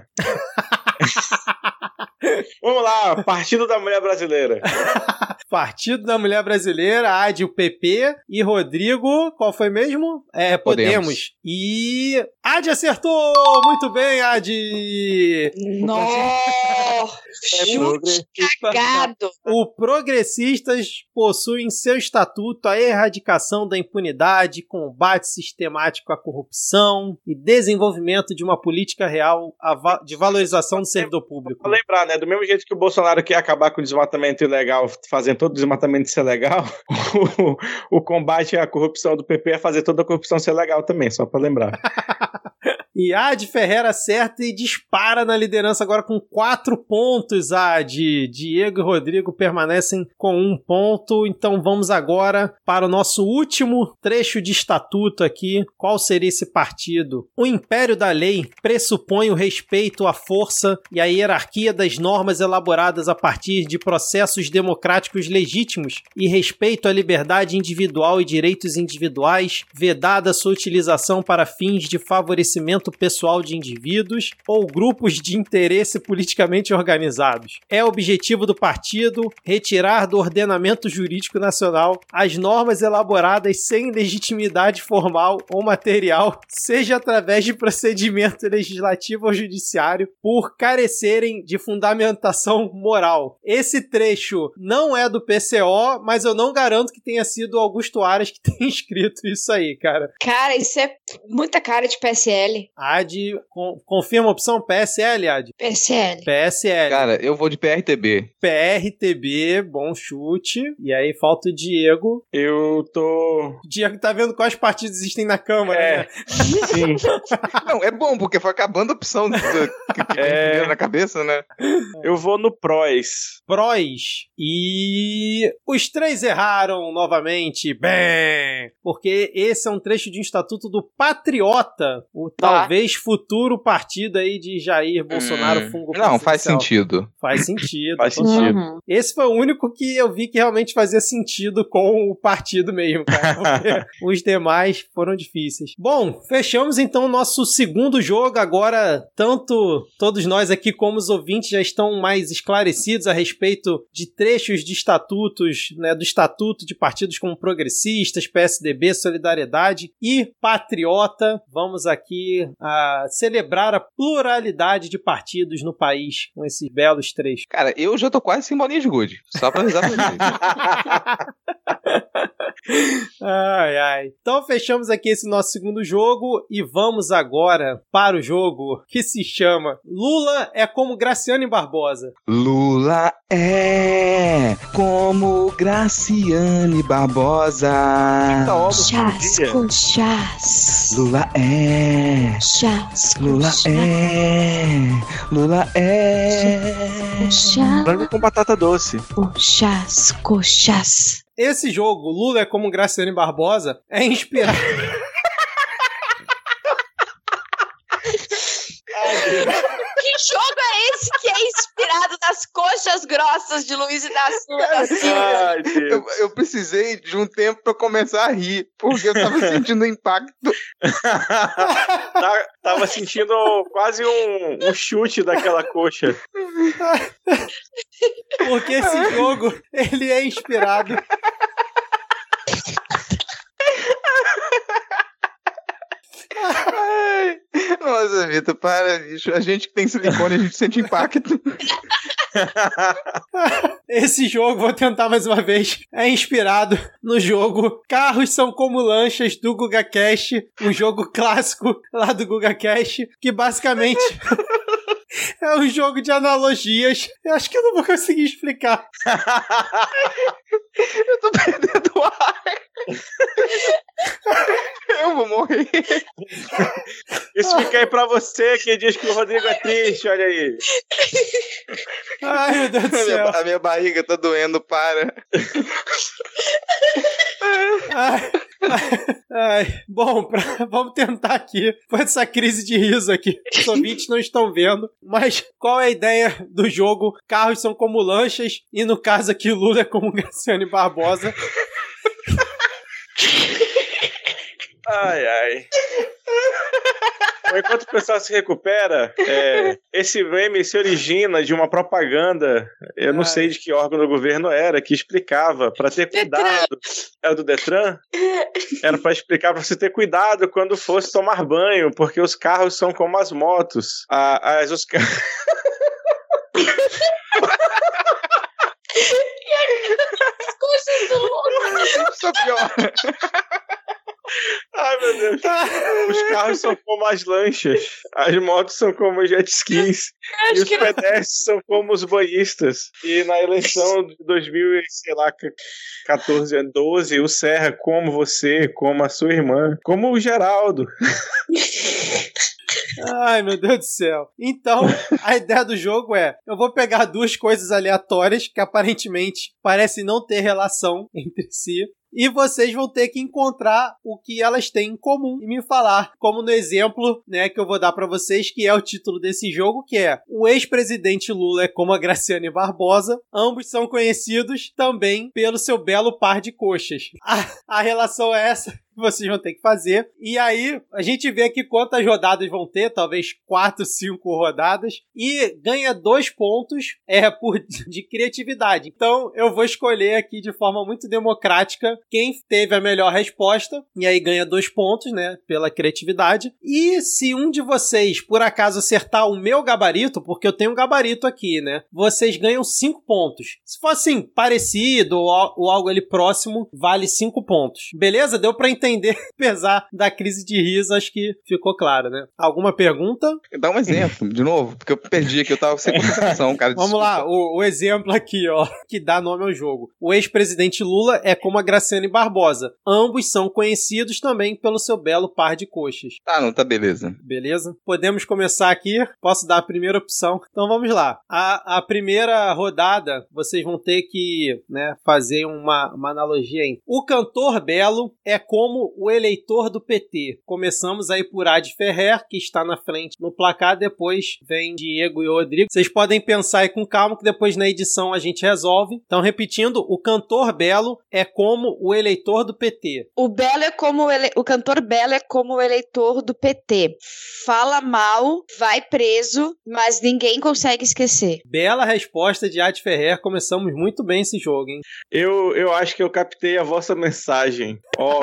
Vamos lá, Partido da Mulher Brasileira. Partido da Mulher Brasileira, Ad, o PP e Rodrigo, qual foi mesmo? Podemos. E Ad acertou! Muito bem, Ad! Nossa! Chute cagado! O Progressistas possui em seu estatuto a erradicação da impunidade, combate sistemático à corrupção e desenvolvimento de uma política real de valorização do servidor público. Vou lembrar, né? Do mesmo jeito que o Bolsonaro quer acabar com o desmatamento ilegal, fazendo todo o desmatamento ser legal, o combate à corrupção do PP é fazer toda a corrupção ser legal também, só pra lembrar. E Ad Ferreira acerta e dispara na liderança agora com 4 pontos, Ad. Diego e Rodrigo permanecem com 1 ponto. Então vamos agora para o nosso último trecho de estatuto aqui. Qual seria esse partido? O império da lei pressupõe o respeito à força e à hierarquia das normas elaboradas a partir de processos democráticos legítimos e respeito à liberdade individual e direitos individuais, vedada sua utilização para fins de favorecimento envolvimento pessoal de indivíduos ou grupos de interesse politicamente organizados. É objetivo do partido retirar do ordenamento jurídico nacional as normas elaboradas sem legitimidade formal ou material, seja através de procedimento legislativo ou judiciário, por carecerem de fundamentação moral. Esse trecho não é do PCO, mas eu não garanto que tenha sido Augusto Aras que tenha escrito isso aí, cara. Cara, isso é muita cara de PSL. Ad, confirma a opção PSL, Ad? PSL. PSL. Cara, eu vou de PRTB. PRTB, bom chute. E aí falta o Diego. Eu tô... O Diego tá vendo quais partidos existem na Câmara, né? Sim. Não, é bom, porque foi acabando a opção que tem na cabeça, né? Eu vou no PROS. PROS. E os três erraram novamente. Bem, porque esse é um trecho de um estatuto do Patriota, o talvez futuro partido aí de Jair Bolsonaro fungo Não, faz presidencial. sentido. Faz sentido. Faz sentido. Uhum. Esse foi o único que eu vi que realmente fazia sentido com o partido mesmo, cara. Porque os demais foram difíceis. Bom, fechamos então o nosso segundo jogo. Agora, tanto todos nós aqui como os ouvintes já estão mais esclarecidos a respeito de trechos de estatutos, né, do estatuto de partidos como Progressistas, PSDB, Solidariedade e Patriota. Vamos aqui celebrar a pluralidade de partidos no país com esses belos trechos. Cara, eu já tô quase sem bolinha de gude. Só pra avisar pra vocês. Ai, ai. Então fechamos aqui esse nosso segundo jogo e vamos agora para o jogo que se chama Lula é como Graciane Barbosa. Lula é como Graciane Barbosa. Chás com chás. Lula é. Chás com Lula chás. é. Lula é. Chás Frango com batata doce. com chás com chás. Esse jogo, Lula é como Graciane Barbosa, é inspirado... Que jogo é esse que é inspirado nas coxas grossas de Luiz Inácio da Silva? Ai, Deus. Eu precisei de um tempo pra começar a rir, porque eu tava sentindo o impacto. Tava sentindo quase um chute daquela coxa. Porque esse jogo, ele é inspirado... Ai, nossa, Vitor, para, bicho. A gente que tem silicone, a gente sente impacto. Esse jogo, vou tentar mais uma vez, é inspirado no jogo Carros São Como Lanchas do Guga Cash, um jogo clássico lá do Guga Cash, que basicamente é um jogo de analogias. Eu acho que eu não vou conseguir explicar. Eu tô perdendo o ar. Eu vou morrer. Isso fica aí pra você que diz que o Rodrigo é triste, olha aí. Ai, meu Deus do céu. A minha barriga tá doendo, para. Ai. Bom, vamos tentar aqui. Foi essa crise de riso aqui. Os ouvintes não estão vendo. Mas qual é a ideia do jogo? Carros são como lanchas. E no caso aqui, Lula é como Graciane Barbosa. Ai, ai. Enquanto o pessoal se recupera, esse meme se origina de uma propaganda, eu não sei de que órgão do governo era, que explicava para ter cuidado. Era do Detran? Era para explicar para você ter cuidado quando fosse tomar banho, porque os carros são como as motos. Os carros... As coxas do Lula. Só pior. Ai, meu Deus. Os carros são como as lanchas, as motos são como os jet skis, e os pedestres são como os banhistas. E na eleição de 2014, 12, o Serra, como você, como a sua irmã, como o Geraldo. Ai, meu Deus do céu. Então, a ideia do jogo é: eu vou pegar duas coisas aleatórias que aparentemente parecem não ter relação entre si, e vocês vão ter que encontrar o que elas têm em comum e me falar, como no exemplo, né, que eu vou dar pra vocês, que é o título desse jogo, que é o ex-presidente Lula é como a Graciane Barbosa. Ambos são conhecidos também pelo seu belo par de coxas. A relação é essa vocês vão ter que fazer. E aí, a gente vê aqui quantas rodadas vão ter, talvez 4, 5 rodadas, e ganha 2 pontos de criatividade. Então, eu vou escolher aqui de forma muito democrática quem teve a melhor resposta, e aí ganha 2 pontos, né, pela criatividade. E se um de vocês, por acaso, acertar o meu gabarito, porque eu tenho um gabarito aqui, né, vocês ganham 5 pontos. Se for assim, parecido ou algo ali próximo, vale 5 pontos. Beleza? Deu pra entender, apesar da crise de riso, acho que ficou claro, né? Alguma pergunta? Dá um exemplo, de novo, porque eu perdi aqui, eu tava sem concentração, cara. Vamos lá, o exemplo aqui, ó, que dá nome ao jogo. O ex-presidente Lula é como a Graciane Barbosa. Ambos são conhecidos também pelo seu belo par de coxas. Ah, não, tá beleza. Beleza? Podemos começar aqui. Posso dar a primeira opção? Então vamos lá. A primeira rodada, vocês vão ter que, né, fazer uma analogia aí. O cantor belo é como o eleitor do PT. Começamos aí por Ad Ferrer, que está na frente no placar, depois vem Diego e Rodrigo. Vocês podem pensar aí com calma, que depois na edição a gente resolve. Então, repetindo, o cantor belo é como o eleitor do PT. O cantor belo é como o eleitor do PT. Fala mal, vai preso, mas ninguém consegue esquecer. Bela resposta de Ad Ferrer. Começamos muito bem esse jogo, hein? Eu acho que eu captei a vossa mensagem.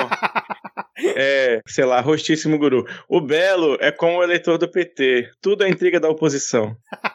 Sei lá, rostíssimo guru. O belo é como o eleitor do PT. Tudo é intriga da oposição.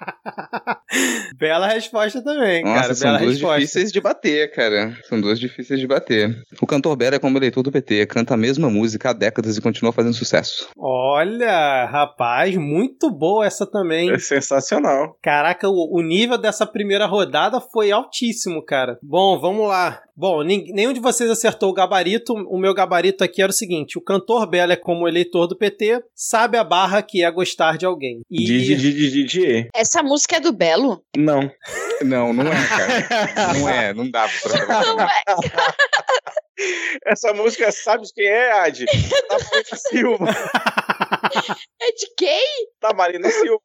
Bela resposta também, nossa, cara. São bela duas resposta. difíceis de bater, cara. São duas difíceis de bater. O cantor belo é como o eleitor do PT. Canta a mesma música há décadas e continua fazendo sucesso. Olha, rapaz, muito boa essa também. É sensacional. Caraca, o nível dessa primeira rodada foi altíssimo, cara. Bom, vamos lá. Bom, nenhum de vocês acertou o gabarito. O meu gabarito aqui era o seguinte: o cantor belo é como o eleitor do PT, sabe a barra que é gostar de alguém. Essa música é do Belo? Não. Não é, cara. Não é, não dá pra Não é. Essa música, sabe de quem é, Ad? Da Marina Silva. É de quem? Da Marina Silva.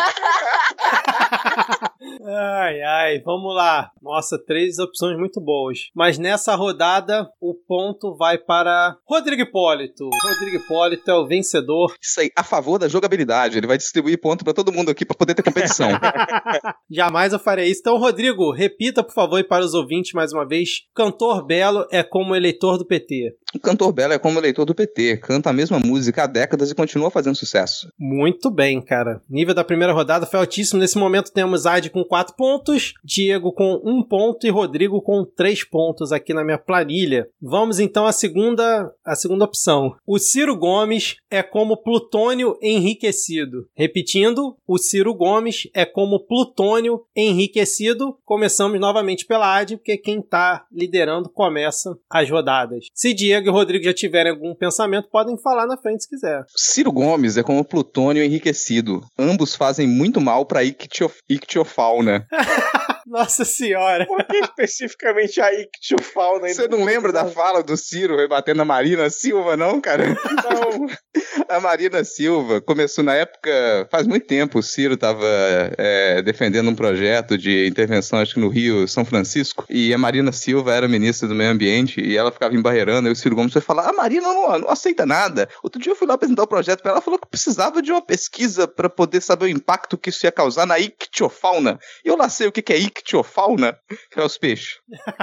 Ai, vamos lá. Nossa, 3 opções muito boas. Mas nessa rodada, o ponto vai para Rodrigo Hipólito. Rodrigo Hipólito é o vencedor. Isso aí, a favor da jogabilidade. Ele vai distribuir ponto pra todo mundo aqui pra poder ter competição. Jamais eu farei isso. Então, Rodrigo, repita, por favor, para os ouvintes mais uma vez. Cantor belo é como eleitor do PT. O cantor belo é como eleitor do PT. Canta a mesma música há décadas e continua fazendo sucesso. Muito bem, cara. Nível da primeira rodada foi altíssimo. Nesse momento temos Ad com 4 pontos, Diego com 1 ponto e Rodrigo com 3 pontos aqui na minha planilha. Vamos então à segunda opção. O Ciro Gomes é como plutônio enriquecido. Repetindo, o Ciro Gomes é como plutônio enriquecido. Começamos novamente pela Ad, porque quem está liderando começa as rodadas. Se Diego e Rodrigo já tiverem algum pensamento, podem falar na frente se quiser. Ciro Gomes é como plutônio enriquecido. Ambos fazem muito mal para ictiofauna. Nossa senhora. Por que especificamente a ictiofauna? Você não lembra da fala do Ciro rebatendo a Marina Silva, não, cara? Não. A Marina Silva começou na época, faz muito tempo, o Ciro estava defendendo um projeto de intervenção, acho que no Rio, São Francisco, e a Marina Silva era ministra do Meio Ambiente, e ela ficava embarreirando, e o Ciro Gomes foi falar, a Marina não aceita nada. Outro dia eu fui lá apresentar o projeto para ela, falou que precisava de uma pesquisa para poder saber o impacto que isso ia causar na ictiofauna. E eu lá sei o que é ictiofauna, que é os peixes.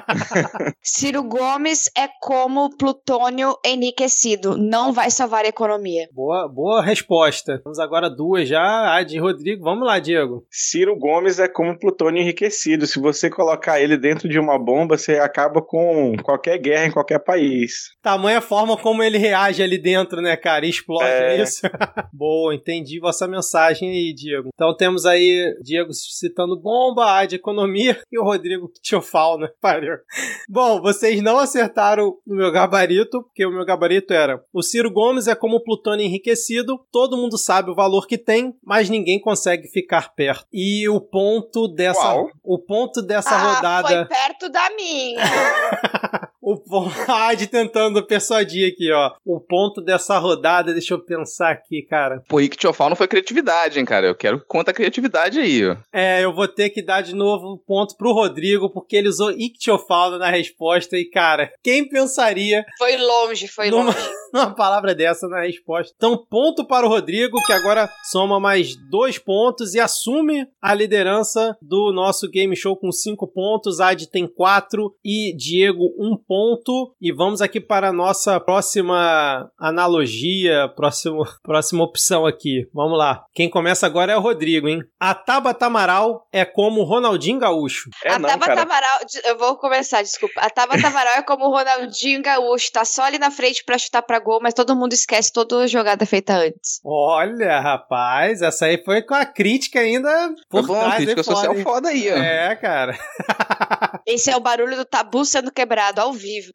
Ciro Gomes é como plutônio enriquecido. Não vai salvar a economia. Boa resposta. Vamos agora 2 já. Ad e Rodrigo. Vamos lá, Diego. Ciro Gomes é como plutônio enriquecido. Se você colocar ele dentro de uma bomba, você acaba com qualquer guerra em qualquer país. Tamanha forma como ele reage ali dentro, né, cara? E explode, é isso? Boa, entendi vossa mensagem aí, Diego. Então temos aí Diego citando bomba, Ad economia e o Rodrigo ictiofauna. Pariu. Bom, vocês não acertaram no meu gabarito, porque o meu gabarito era: o Ciro Gomes é como plutônio enriquecido, todo mundo sabe o valor que tem, mas ninguém consegue ficar perto. E o ponto dessa rodada... Foi perto da minha. Adi tentando persuadir aqui, ó. O ponto dessa rodada, deixa eu pensar aqui, cara. Pô, Ictiofal não foi criatividade, hein, cara? Eu quero que conta a criatividade aí, ó. Eu vou ter que dar de novo ponto pro Rodrigo, porque ele usou Ictiofaldo na resposta e, cara, quem pensaria... Foi longe. Uma palavra dessa na resposta. Então, ponto para o Rodrigo, que agora soma mais 2 pontos e assume a liderança do nosso game show com 5 pontos. Adi tem 4 e Diego 1 ponto. E vamos aqui para a nossa próxima analogia, próxima opção aqui. Vamos lá. Quem começa agora é o Rodrigo, hein? A Tabata Amaral é como o Ronaldinho Gaúcho. Tabata Amaral, eu vou começar, desculpa. A Tabata Amaral é como o Ronaldinho Gaúcho, tá só ali na frente pra chutar pra gol, mas todo mundo esquece toda a jogada feita antes. Olha, rapaz, essa aí foi com a crítica ainda por trás. Crítica social foda aí, ó. É, cara. Esse é o barulho do tabu sendo quebrado ao vivo.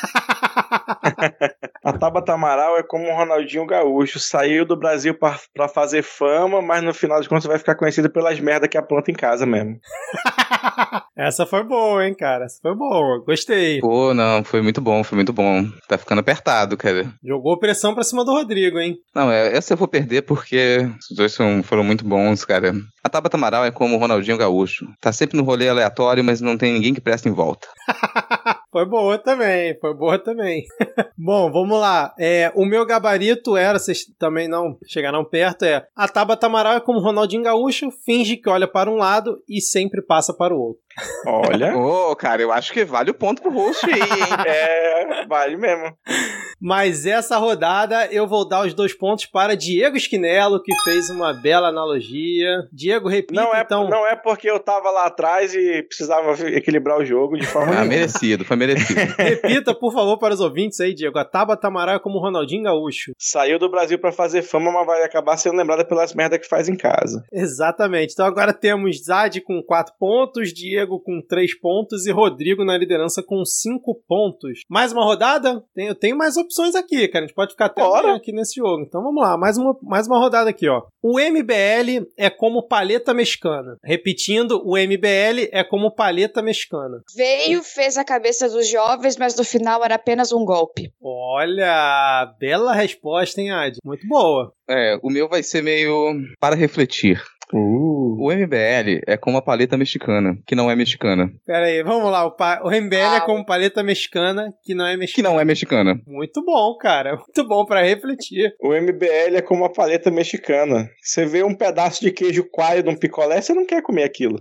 A Tabata Amaral é como o Ronaldinho Gaúcho. Saiu do Brasil pra fazer fama, mas no final de contas vai ficar conhecido pelas merdas que aplanta em casa mesmo. Essa foi boa, hein, cara? Essa foi boa. Gostei. Pô, não, foi muito bom. Tá ficando apertado, cara. Jogou pressão pra cima do Rodrigo, hein? Não, essa eu vou perder porque os dois foram muito bons, cara. A Tabata Amaral é como o Ronaldinho Gaúcho. Tá sempre no rolê aleatório, mas não tem ninguém que presta em volta. Foi boa também. Bom, vamos lá. O meu gabarito era, vocês também não chegaram perto, a Tabata Amaral é como o Ronaldinho Gaúcho, finge que olha para um lado e sempre passa para o outro. Olha. Cara, eu acho que vale o ponto pro host aí, hein? Vale mesmo. Mas essa rodada eu vou dar os 2 pontos para Diego Schinello, que fez uma bela analogia. Diego, repita, então. Não é porque eu tava lá atrás e precisava equilibrar o jogo de forma nenhuma. Foi merecido. Repita, por favor, para os ouvintes aí, Diego. A Tabata Amaral é como o Ronaldinho Gaúcho. Saiu do Brasil pra fazer fama, mas vai acabar sendo lembrada pelas merdas que faz em casa. Exatamente. Então agora temos Zad com 4 pontos, Diego com 3 pontos e Rodrigo na liderança com 5 pontos. Mais uma rodada? Eu tenho mais opções aqui, cara. A gente pode ficar até aqui nesse jogo. Então vamos lá, mais uma rodada aqui, ó. O MBL é como paleta mexicana. Repetindo, o MBL é como paleta mexicana. Veio, fez a cabeça dos jovens, mas no final era apenas um golpe. Olha, bela resposta, hein, Adi? Muito boa. O meu vai ser meio para refletir. O MBL é como a paleta mexicana, que não é mexicana. Pera aí, vamos lá. O MBL é como paleta mexicana, que não é mexicana. Que não é mexicana. Muito bom, cara. Muito bom pra refletir. O MBL é como a paleta mexicana. Você vê um pedaço de queijo coalho num picolé, você não quer comer aquilo.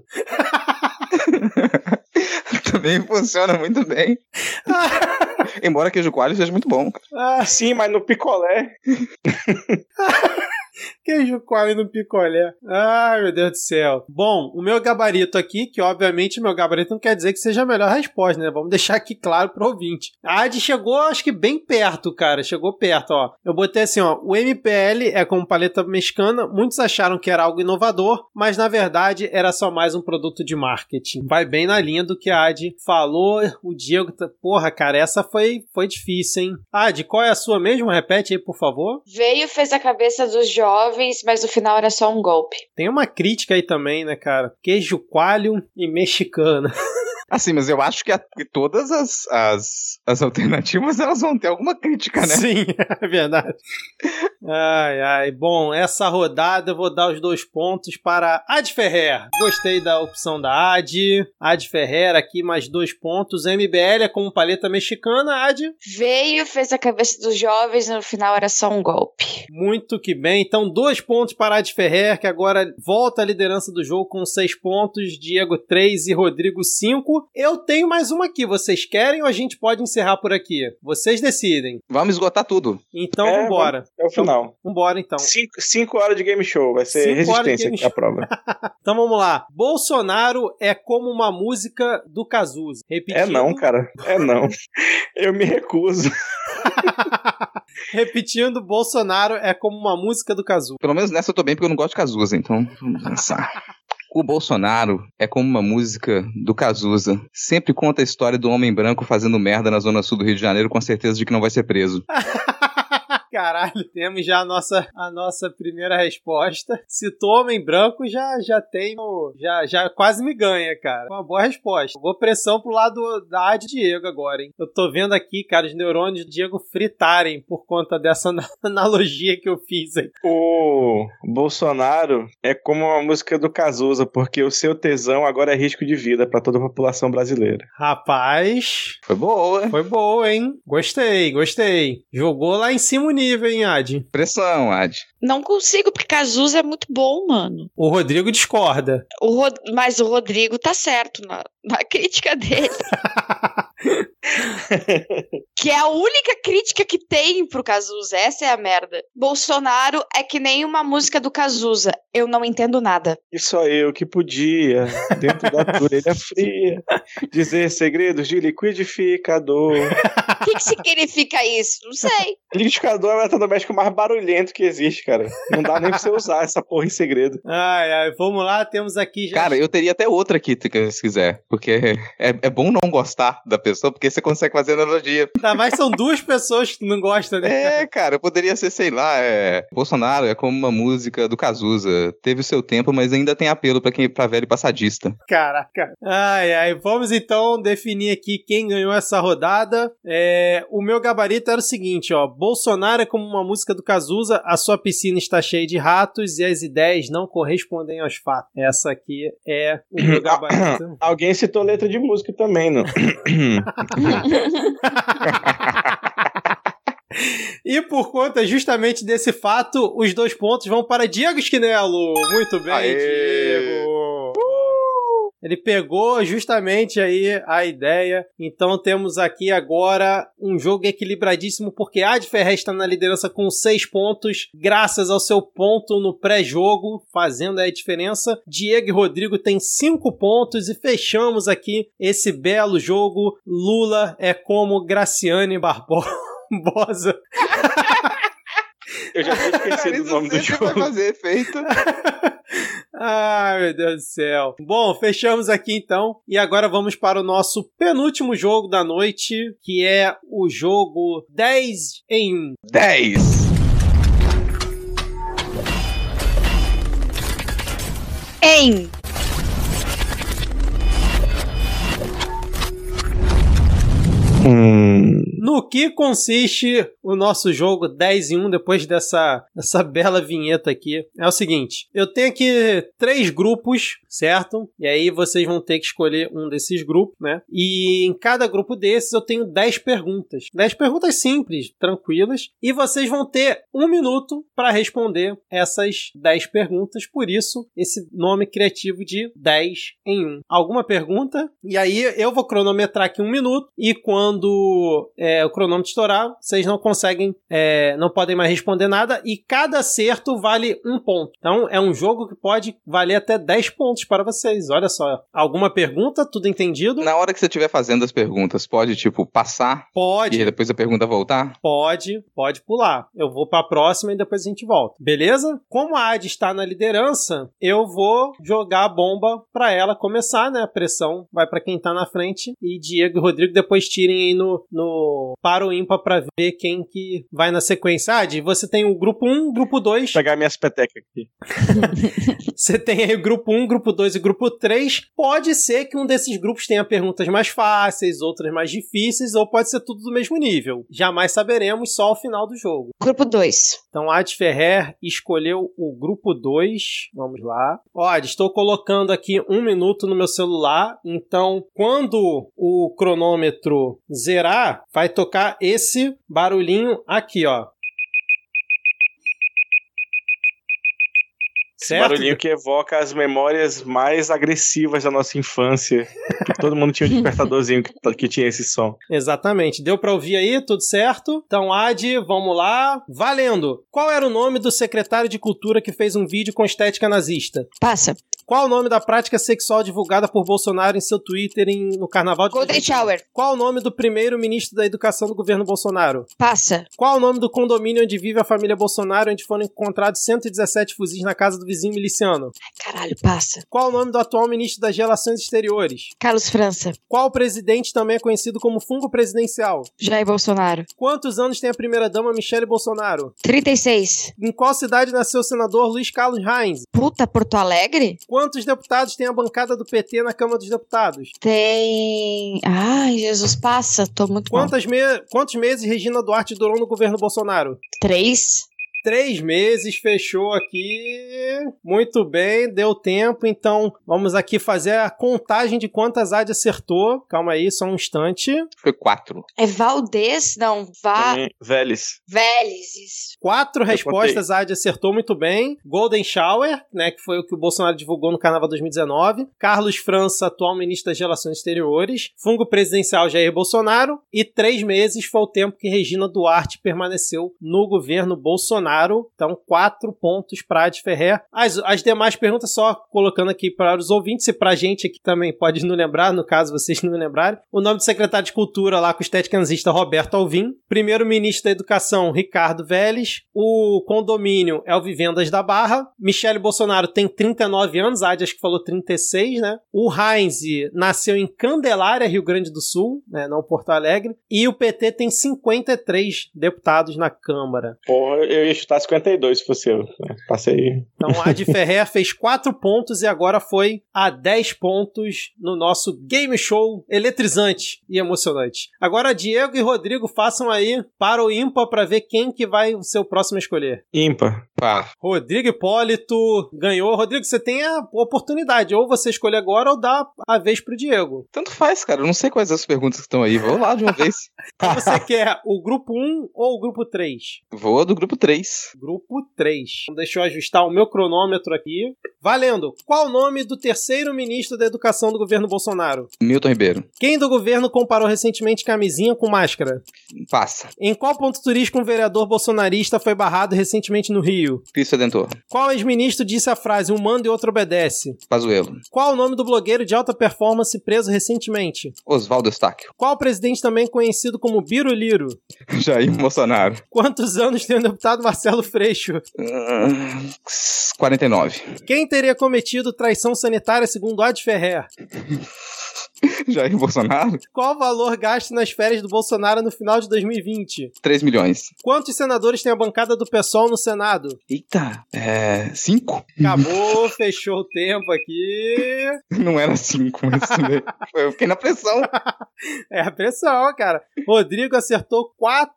Também funciona muito bem. Embora queijo coalho seja muito bom. Sim, mas no picolé... Queijo coalho no picolé. Ai, meu Deus do céu. Bom, o meu gabarito aqui, que obviamente meu gabarito não quer dizer que seja a melhor resposta, né? Vamos deixar aqui claro pro ouvinte. A Adi chegou, acho que bem perto, cara. Chegou perto, ó. Eu botei assim, ó. O MPL é como paleta mexicana. Muitos acharam que era algo inovador, mas na verdade era só mais um produto de marketing. Vai bem na linha do que a Adi falou. O Diego... Porra, cara, essa foi difícil, hein? Adi, qual é a sua mesmo? Repete aí, por favor. Veio, fez a cabeça dos jovens, mas no final era só um golpe. Tem uma crítica aí também, né, cara? Queijo coalho e mexicana. Assim, mas eu acho que todas as alternativas, elas vão ter alguma crítica, né? Sim, é verdade. Ai. Bom, essa rodada eu vou dar os 2 pontos para Adi Ferrer. Gostei da opção da Adi. Adi Ferrer aqui, mais 2 pontos. MBL é como paleta mexicana, Adi. Veio, fez a cabeça dos jovens, no final era só um golpe. Muito que bem. Então, 2 pontos para Adi Ferrer, que agora volta à liderança do jogo com 6 pontos. Diego 3 e Rodrigo 5. Eu tenho mais uma aqui. Vocês querem ou a gente pode encerrar por aqui? Vocês decidem. Vamos esgotar tudo. Então, vambora. É o final. Vambora, então. 5 horas de game show. Vai ser resistência aqui a prova. Então, vamos lá. Bolsonaro é como uma música do Cazuza. Repetindo. É não, cara. É não. Eu me recuso. Repetindo, Bolsonaro é como uma música do Cazuza. Pelo menos nessa eu tô bem, porque eu não gosto de Cazuza, então vamos pensar. O Bolsonaro é como uma música do Cazuza. Sempre conta a história do homem branco fazendo merda na zona sul do Rio de Janeiro com a certeza de que não vai ser preso. Caralho, temos já a nossa primeira resposta. Citou Homem Branco, já tenho... Já quase me ganha, cara. Uma boa resposta. Vou pressão pro lado da A de Diego agora, hein? Eu tô vendo aqui, cara, os neurônios de Diego fritarem por conta dessa analogia que eu fiz aí. O Bolsonaro é como uma música do Cazuza, porque o seu tesão agora é risco de vida pra toda a população brasileira. Rapaz... Foi boa, hein? Foi boa, hein? Gostei. Jogou lá em cima o nível, hein, Ad? Pressão, Ad. Não consigo, porque Cazuza é muito bom, mano. O Rodrigo discorda. Mas o Rodrigo tá certo na crítica dele. Que é a única crítica que tem pro Cazuza. Essa é a merda. Bolsonaro é que nem uma música do Cazuza. Eu não entendo nada. E só eu que podia, dentro da orelha fria, dizer segredos de liquidificador. O que significa isso? Não sei. Liquidificador é o eletrodoméstico mais barulhento que existe, cara. Não dá nem pra você usar essa porra em segredo. Ai, vamos lá, temos aqui já... Cara, eu teria até outra aqui, se quiser. Porque é bom não gostar da pessoa, porque você consegue fazer analogia. Tá, mas são duas pessoas que não gostam, né? É, cara, poderia ser, sei lá, Bolsonaro é como uma música do Cazuza. Teve o seu tempo, mas ainda tem apelo pra velho passadista. Caraca. Ai, vamos então definir aqui quem ganhou essa rodada. O meu gabarito era o seguinte, ó. Bolsonaro é como uma música do Cazuza, a sua piscina está cheia de ratos e as ideias não correspondem aos fatos. Essa aqui é o meu gabarito. Alguém citou letra de música também, não? E por conta justamente desse fato, os 2 pontos vão para Diego Schinello. Muito bem, Aê! Diego. Ele pegou justamente aí a ideia. Então temos aqui agora um jogo equilibradíssimo, porque Ad Ferrer está na liderança com 6 pontos, graças ao seu ponto no pré-jogo, fazendo aí a diferença. Diego e Rodrigo têm 5 pontos e fechamos aqui esse belo jogo. Lula é como Graciane Barbosa. Eu já tinha esquecido o nome do jogo. Vai fazer efeito. Ai, meu Deus do céu. Bom, fechamos aqui então. E agora vamos para o nosso penúltimo jogo da noite, que é o jogo 10 em 1. 10. Em. No que consiste o nosso jogo 10 em 1 depois dessa bela vinheta aqui? É o seguinte, eu tenho aqui 3 grupos, certo? E aí vocês vão ter que escolher um desses grupos, né? E em cada grupo desses eu tenho 10 perguntas. 10 perguntas simples, tranquilas. E vocês vão ter 1 minuto para responder essas 10 perguntas. Por isso, esse nome criativo de 10 em 1. Alguma pergunta? E aí eu vou cronometrar aqui 1 minuto. E quando o cronômetro estourar, vocês não conseguem, não podem mais responder nada, e cada acerto vale 1 ponto. Então é um jogo que pode valer até 10 pontos para vocês. Olha só. Alguma pergunta? Tudo entendido? Na hora que você estiver fazendo as perguntas, pode, passar? Pode. E depois a pergunta voltar? Pode pular. Eu vou para a próxima e depois a gente volta. Beleza? Como a Ad está na liderança, eu vou jogar a bomba para ela começar, né? A pressão vai para quem tá na frente, e Diego e Rodrigo depois tirem aí no para o ímpar para ver quem que vai na sequência. Ad, você tem o grupo 1, grupo 2. Vou pegar minhas petecas aqui. Você tem aí o grupo 1, grupo 2 e grupo 3. Pode ser que um desses grupos tenha perguntas mais fáceis, outras mais difíceis, ou pode ser tudo do mesmo nível. Jamais saberemos, só ao final do jogo. Grupo 2. Então, Ad Ferrer escolheu o grupo 2. Vamos lá. Ó, estou colocando aqui 1 minuto no meu celular. Então, quando o cronômetro zerar, vai tocar esse barulhinho aqui, ó. Esse Certo? barulhinho que evoca as memórias mais agressivas da nossa infância. Que todo mundo tinha um despertadorzinho que tinha esse som. Exatamente. Deu pra ouvir aí? Tudo certo? Então, Ad, vamos lá. Valendo! Qual era o nome do secretário de Cultura que fez um vídeo com estética nazista? Passa. Qual o nome da prática sexual divulgada por Bolsonaro em seu Twitter no Carnaval de Golden 2020? Shower. Qual o nome do primeiro-ministro da Educação do governo Bolsonaro? Passa. Qual o nome do condomínio onde vive a família Bolsonaro, onde foram encontrados 117 fuzis na casa do vizinho? vizinho miliciano? Ai, caralho, passa. Qual o nome do atual ministro das Relações Exteriores? Carlos França. Qual presidente também é conhecido como fungo presidencial? Jair Bolsonaro. Quantos anos tem a primeira-dama Michele Bolsonaro? 36. Em qual cidade nasceu o senador Luiz Carlos Reins? Puta, Porto Alegre? Quantos deputados tem a bancada do PT na Câmara dos Deputados? Tem... Ai, Jesus, passa. Tô muito mal. Quantos meses Regina Duarte durou no governo Bolsonaro? 3. 3 meses, fechou aqui. Muito bem, deu tempo. Então, vamos aqui fazer a contagem de quantas Adi acertou. Calma aí, só um instante. Foi 4. É Valdez? Não, Vélez. Vélez, isso. 4 respostas a Adi acertou muito bem. Golden Shower, né, que foi o que o Bolsonaro divulgou no Carnaval 2019. Carlos França, atual ministro das Relações Exteriores. Fungo presidencial Jair Bolsonaro. E 3 meses foi o tempo que Regina Duarte permaneceu no governo Bolsonaro. Então, 4 pontos para Adi Ferrer. As demais perguntas, só colocando aqui para os ouvintes e para a gente aqui também pode não lembrar, no caso vocês não lembrarem. O nome do secretário de Cultura lá com o esteticista Roberto Alvim. Primeiro-ministro da Educação, Ricardo Vélez. O condomínio é o Vivendas da Barra. Michele Bolsonaro tem 39 anos, a Adi acho que falou 36, né? O Reins nasceu em Candelária, Rio Grande do Sul, né? Não Porto Alegre. E o PT tem 53 deputados na Câmara. Porra, eu ia chutar 52 se fosse eu. Passei. Então, Adi Ferrer fez 4 pontos e agora foi a 10 pontos no nosso game show eletrizante e emocionante. Agora, Diego e Rodrigo façam aí para o ímpar para ver quem que vai ser o próximo a escolher. Ímpar. Pá. Rodrigo Hipólito ganhou. Rodrigo, você tem a oportunidade. Ou você escolhe agora ou dá a vez pro Diego. Tanto faz, cara. Eu não sei quais as perguntas que estão aí. Vou lá de uma vez. Então você quer o grupo 1 ou o grupo 3? Vou do grupo 3. Grupo 3. Deixa eu ajustar o meu cronômetro aqui. Valendo. Qual o nome do terceiro ministro da Educação do governo Bolsonaro? Milton Ribeiro. Quem do governo comparou recentemente camisinha com máscara? Passa. Em qual ponto turístico um vereador bolsonarista foi barrado recentemente no Rio? Cristo Redentor. Qual ex-ministro disse a frase um manda e outro obedece? Pazuello. Qual o nome do blogueiro de alta performance preso recentemente? Oswaldo Eustáquio. Qual presidente também conhecido como Biruliro? Jair Bolsonaro. Quantos anos tem o deputado Marcelo Freixo? 49. Quem teria cometido traição sanitária segundo Adi Ferrer? Jair Bolsonaro? Qual o valor gasto nas férias do Bolsonaro no final de 2020? 3 milhões. Quantos senadores tem a bancada do PSOL no Senado? Eita, 5? Acabou, fechou o tempo aqui. Não era 5, mas eu fiquei na pressão. É a pressão, cara. Rodrigo acertou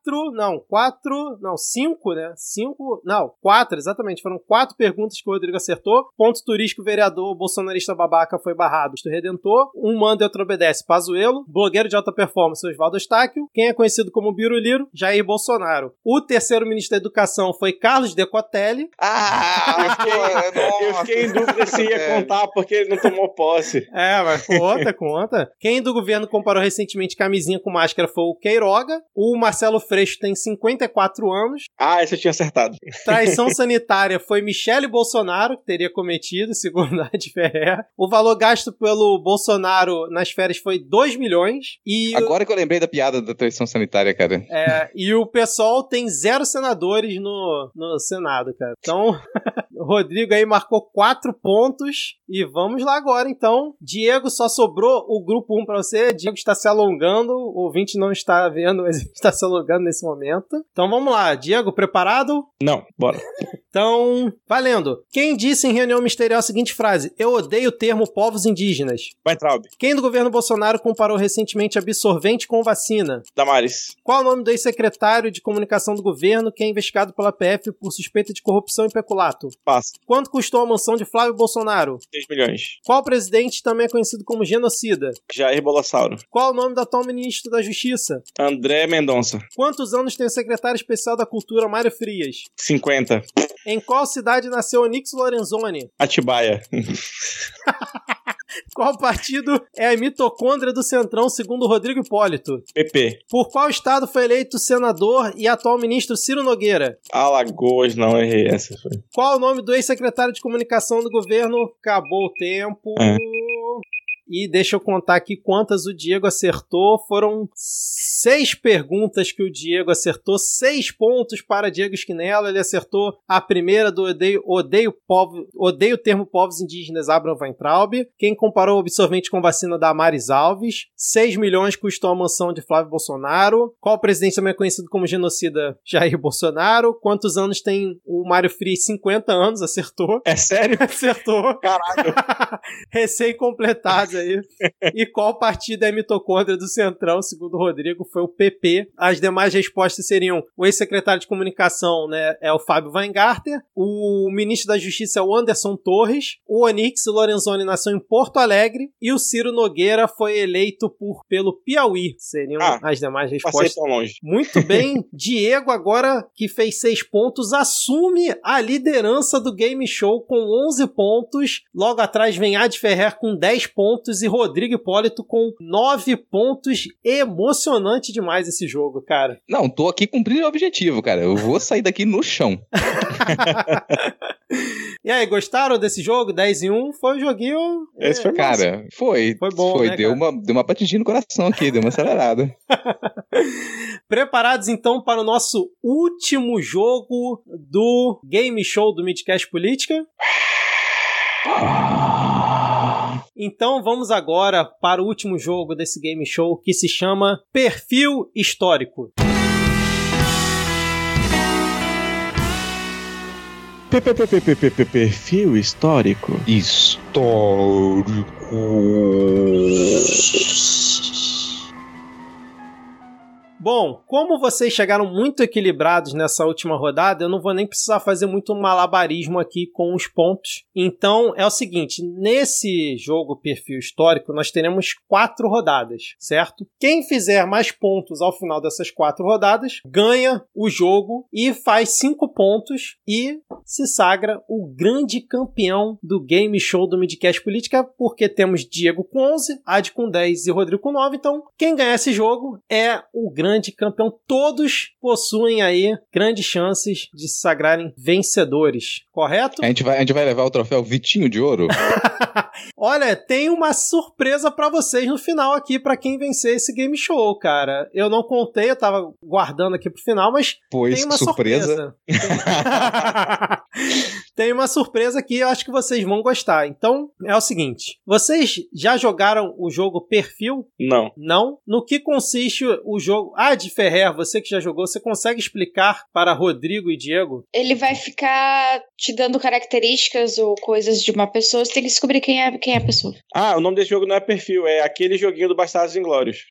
5, né? 4, exatamente. Foram 4 perguntas que o Rodrigo acertou. Ponto turístico, vereador, bolsonarista babaca foi barrado. Cristo Redentor. Um manda e outro obedece. Pazuello. Blogueiro de alta performance, Oswaldo Eustáquio. Quem é conhecido como Biruliro? Jair Bolsonaro. O terceiro ministro da Educação foi Carlos Decotelli. Eu fiquei em dúvida se ia contar porque ele não tomou posse. Mas conta. Quem do governo comparou recentemente camisinha com máscara foi o Queiroga. O Marcelo Freixo tem 54 anos. Esse eu tinha acertado. Traição sanitária foi Michele Bolsonaro, que teria cometido, segundo a Adi Ferrer. O valor gasto pelo Bolsonaro nas férias foi 2 milhões. Agora que eu lembrei da piada da traição sanitária, cara. E o PSOL tem 0 senadores no Senado, cara. Então, o Rodrigo aí marcou 4 pontos. E vamos lá agora, então. Diego, só sobrou o grupo 1 pra você. Diego está se alongando. O ouvinte não está vendo, mas ele está se alongando nesse momento. Então vamos lá. Diego, preparado? Não, bora. Então, valendo. Quem disse em reunião ministerial a seguinte frase? Eu odeio o termo povos indígenas. Weintraub. Quem do governo Bolsonaro comparou recentemente absorvente com vacina? Damares. Qual o nome do ex-secretário de comunicação do governo que é investigado pela PF por suspeita de corrupção e peculato? Passa. Quanto custou a mansão de Flávio Bolsonaro? 6 milhões. Qual presidente também é conhecido como genocida? Jair Bolsonaro. Qual o nome do atual ministro da Justiça? André Mendonça. Quantos anos tem o secretário especial da Cultura, Mário Frias? 50. Em qual cidade nasceu Onyx Lorenzoni? Atibaia. Qual partido é a mitocôndria do Centrão, segundo Rodrigo Hipólito? PP. Por qual estado foi eleito senador e atual ministro Ciro Nogueira? Alagoas, não, errei essa. Foi. Qual o nome do ex-secretário de comunicação do governo? Acabou o tempo. E deixa eu contar aqui quantas o Diego acertou. Foram 6 perguntas que o Diego acertou. 6 pontos para Diego Schinella. Ele acertou a primeira do odeio o termo povos indígenas, Abraham Weintraub. Quem comparou o absorvente com vacina da Amaris Alves. 6 milhões custou a mansão de Flávio Bolsonaro. Qual presidente também é conhecido como genocida? Jair Bolsonaro. Quantos anos tem o Mário Frias? 50 anos, acertou. É sério? Acertou. Caralho. Recém-completados aí. E qual partido é mitocôndria do Centrão? Segundo o Rodrigo, foi o PP. As demais respostas seriam: o ex-secretário de comunicação, né, é o Fábio Weingarten. O ministro da Justiça é o Anderson Torres. O Onyx Lorenzoni nasceu em Porto Alegre. E o Ciro Nogueira foi eleito pelo Piauí. Seriam as demais respostas. Passei tão longe. Muito bem. Diego, agora que fez 6 pontos, assume a liderança do Game Show com 11 pontos. Logo atrás vem Ad Ferrer com 10 pontos e Rodrigo Hipólito com 9 pontos. Emocionante demais esse jogo, cara. Não, tô aqui cumprindo o objetivo, cara. Eu vou sair daqui no chão. E aí, gostaram desse jogo? 10-1 foi um joguinho... Esse foi massa. Cara, foi bom, foi, né, deu uma batidinha no coração aqui, deu uma acelerada. Preparados então para o nosso último jogo do Game Show do Midcast Política? Então vamos agora para o último jogo desse Game Show, que se chama Perfil Histórico. Perfil histórico. Bom, como vocês chegaram muito equilibrados nessa última rodada, eu não vou nem precisar fazer muito malabarismo aqui com os pontos. Então, é o seguinte, nesse jogo Perfil Histórico, nós teremos 4 rodadas, certo? Quem fizer mais pontos ao final dessas 4 rodadas, ganha o jogo e faz 5 pontos e se sagra o grande campeão do Game Show do Midcast Política, porque temos Diego com 11, Ad com 10 e Rodrigo com 9. Então, quem ganhar esse jogo é o grande campeão. Todos possuem aí grandes chances de se sagrarem vencedores, correto? A gente vai levar o troféu Vitinho de Ouro? Olha, tem uma surpresa pra vocês no final aqui, pra quem vencer esse Game Show, cara. Eu não contei, eu tava guardando aqui pro final, mas tem uma surpresa. Tem uma surpresa que eu acho que vocês vão gostar. Então, é o seguinte, vocês já jogaram o jogo Perfil? Não. Não? No que consiste o jogo? Ad Ferrer, você que já jogou, você consegue explicar para Rodrigo e Diego? Ele vai ficar te dando características ou coisas de uma pessoa, você tem que descobrir quem é a pessoa. Ah, o nome desse jogo não é Perfil, é aquele joguinho do Bastardos Inglórios.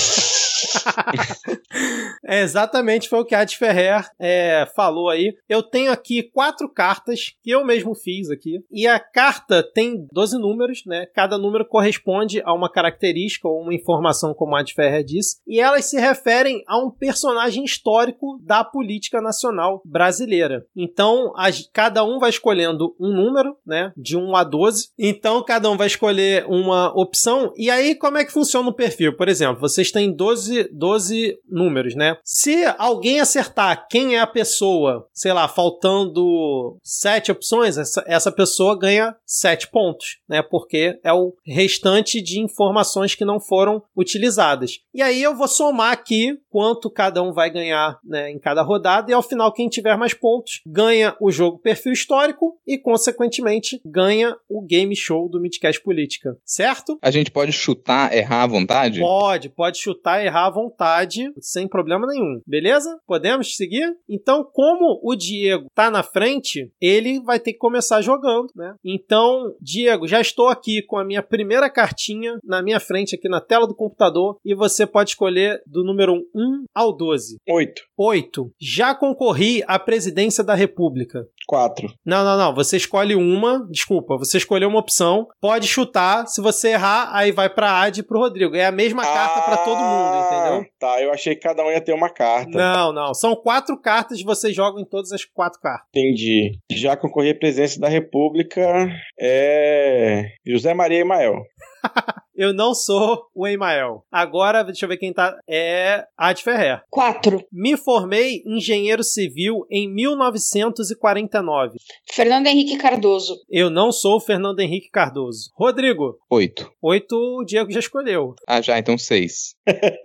É, exatamente, foi o que a Ad Ferrer falou aí. Eu tenho aqui 4 cartas que eu mesmo fiz aqui. E a carta tem 12 números, né? Cada número corresponde a uma característica ou uma informação, como a Ad Ferrer disse. E elas se referem a um personagem histórico da política nacional brasileira. Então, cada um vai escolhendo um número, né? De 1 a 12. Então, cada um vai escolher uma opção. E aí, como é que funciona o perfil? Por exemplo, vocês têm 12 números, né? Se alguém acertar quem é a pessoa, sei lá, faltando 7 opções, essa pessoa ganha 7 pontos, né? Porque é o restante de informações que não foram utilizadas. E aí eu vou somar aqui quanto cada um vai ganhar, né, em cada rodada, e ao final quem tiver mais pontos ganha o jogo Perfil Histórico e, consequentemente, ganha o Game Show do Midcast Política, certo? A gente pode chutar, errar à vontade? Pode chutar, errar à vontade, sem problema nenhum, beleza? Podemos seguir? Então, como o Diego tá na frente, ele vai ter que começar jogando, né? Então, Diego, já estou aqui com a minha primeira cartinha na minha frente aqui na tela do computador e você pode escolher do número 1 ao 12. 8. Já concorri à presidência da República. 4. Não. Você escolhe uma. Desculpa, você escolheu uma opção. Pode chutar. Se você errar, aí vai pra Ad e pro Rodrigo. É a mesma carta pra todo mundo, entendeu? Tá, eu achei que cada um ia ter uma carta. Não. São 4 cartas e vocês jogam em todas as 4 cartas. Entendi. Já concorri à presidência da República é José Maria Emael. Eu não sou o Emael. Agora, deixa eu ver quem tá. É Ad Ferrer. 4. Me formei engenheiro civil em 1949. Fernando Henrique Cardoso. Eu não sou o Fernando Henrique Cardoso. Rodrigo. 8. 8, o Diego já escolheu. Ah, já, então 6.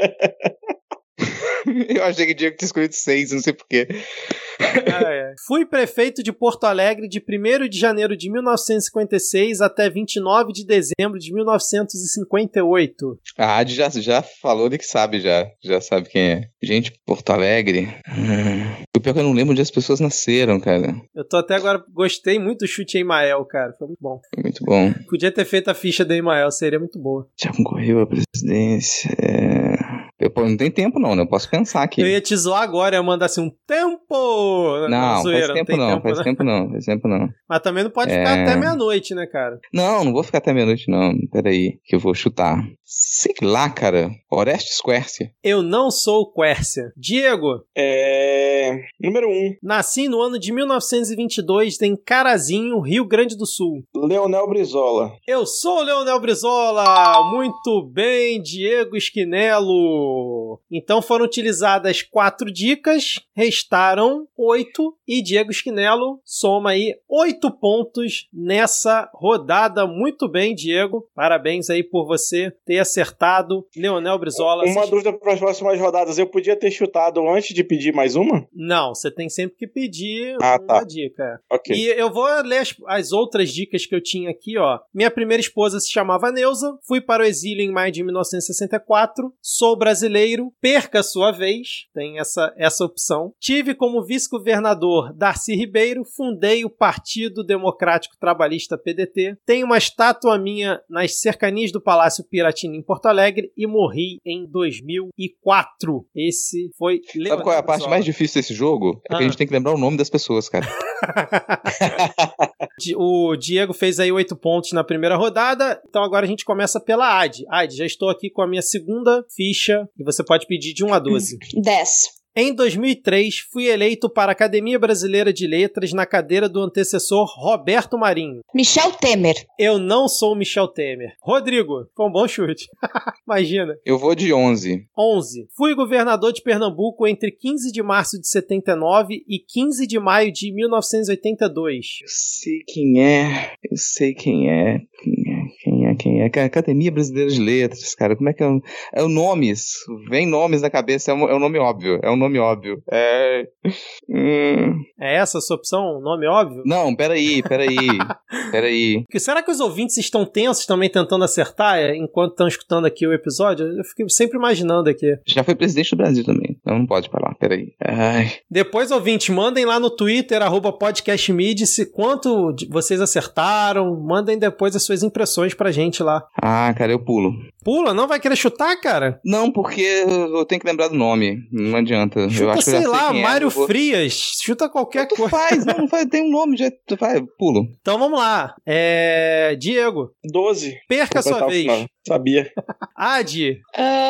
Eu achei que o Diego tinha escolhido 6, não sei porquê. Fui prefeito de Porto Alegre de 1º de janeiro de 1956 até 29 de dezembro de 1958. A Adi já falou de que sabe, já sabe quem é. Gente, Porto Alegre. O pior é que eu não lembro onde as pessoas nasceram, cara. Eu tô até agora, gostei muito do chute em Emael, cara. Foi muito bom. Foi muito bom. Podia ter feito a ficha da Emael, seria muito boa. Já concorreu à presidência. Não tem tempo não, né? Eu posso pensar aqui. Eu ia te zoar agora, ia mandar assim um tempo. Não, zoeira, faz tempo não. Mas também não pode ficar até meia-noite, né, cara? Não vou ficar até meia-noite não. Peraí, que eu vou chutar. Sei lá, cara. Orestes Quércia. Eu não sou o Quércia. Diego. Número 1. Nasci no ano de 1922 em Carazinho, Rio Grande do Sul. Leonel Brizola. Eu sou o Leonel Brizola. Muito bem, Diego Esquinelo. Então foram utilizadas 4 dicas, restaram 8 e Diego Esquinelo soma aí 8 pontos nessa rodada. Muito bem, Diego. Parabéns aí por você ter acertado. Leonel Brizola. Uma dúvida para as próximas rodadas. Eu podia ter chutado antes de pedir mais uma? Não, você tem sempre que pedir uma dica. Ok. E eu vou ler as outras dicas que eu tinha aqui, ó. Minha primeira esposa se chamava Neuza. Fui para o exílio em maio de 1964. Sou brasileiro. Perca a sua vez. Tem essa opção. Tive como vice-governador Darcy Ribeiro. Fundei o Partido Democrático Trabalhista PDT. Tenho uma estátua minha nas cercanias do Palácio Piratini em Porto Alegre e morri em 2004. Esse foi Leonel. Sabe qual é a parte mais difícil desse jogo? É que a gente tem que lembrar o nome das pessoas, cara. O Diego fez aí 8 pontos na primeira rodada, então agora a gente começa pela Adi. Adi, já estou aqui com a minha segunda ficha e você pode pedir de 1 a 12. 10. Em 2003, fui eleito para a Academia Brasileira de Letras na cadeira do antecessor Roberto Marinho. Michel Temer. Eu não sou Michel Temer. Rodrigo, foi um bom chute. Imagina. Eu vou de 11. 11. Fui governador de Pernambuco entre 15 de março de 79 e 15 de maio de 1982. Eu sei quem é. Quem é? Academia Brasileira de Letras, cara. Como é que é? É o nomes. Vem nomes na cabeça. É um nome óbvio. É essa a sua opção? Nome óbvio? Não, peraí. Será que os ouvintes estão tensos também tentando acertar enquanto estão escutando aqui o episódio? Eu fico sempre imaginando aqui. Já foi presidente do Brasil também. Então não pode falar. Peraí. Depois, ouvintes, mandem lá no Twitter, @podcastmid, se quanto vocês acertaram. Mandem depois as suas impressões pra gente lá. Ah, cara, eu pulo. Pula? Não vai querer chutar, cara? Não, porque eu tenho que lembrar do nome. Não adianta. Chuta, eu acho que eu já sei lá, quem Mário Frias. Chuta qualquer coisa. Não faz. Tem um nome, já vai, pulo. Então vamos lá. Diego. 12. Perca a sua vez. Sabia. Adi.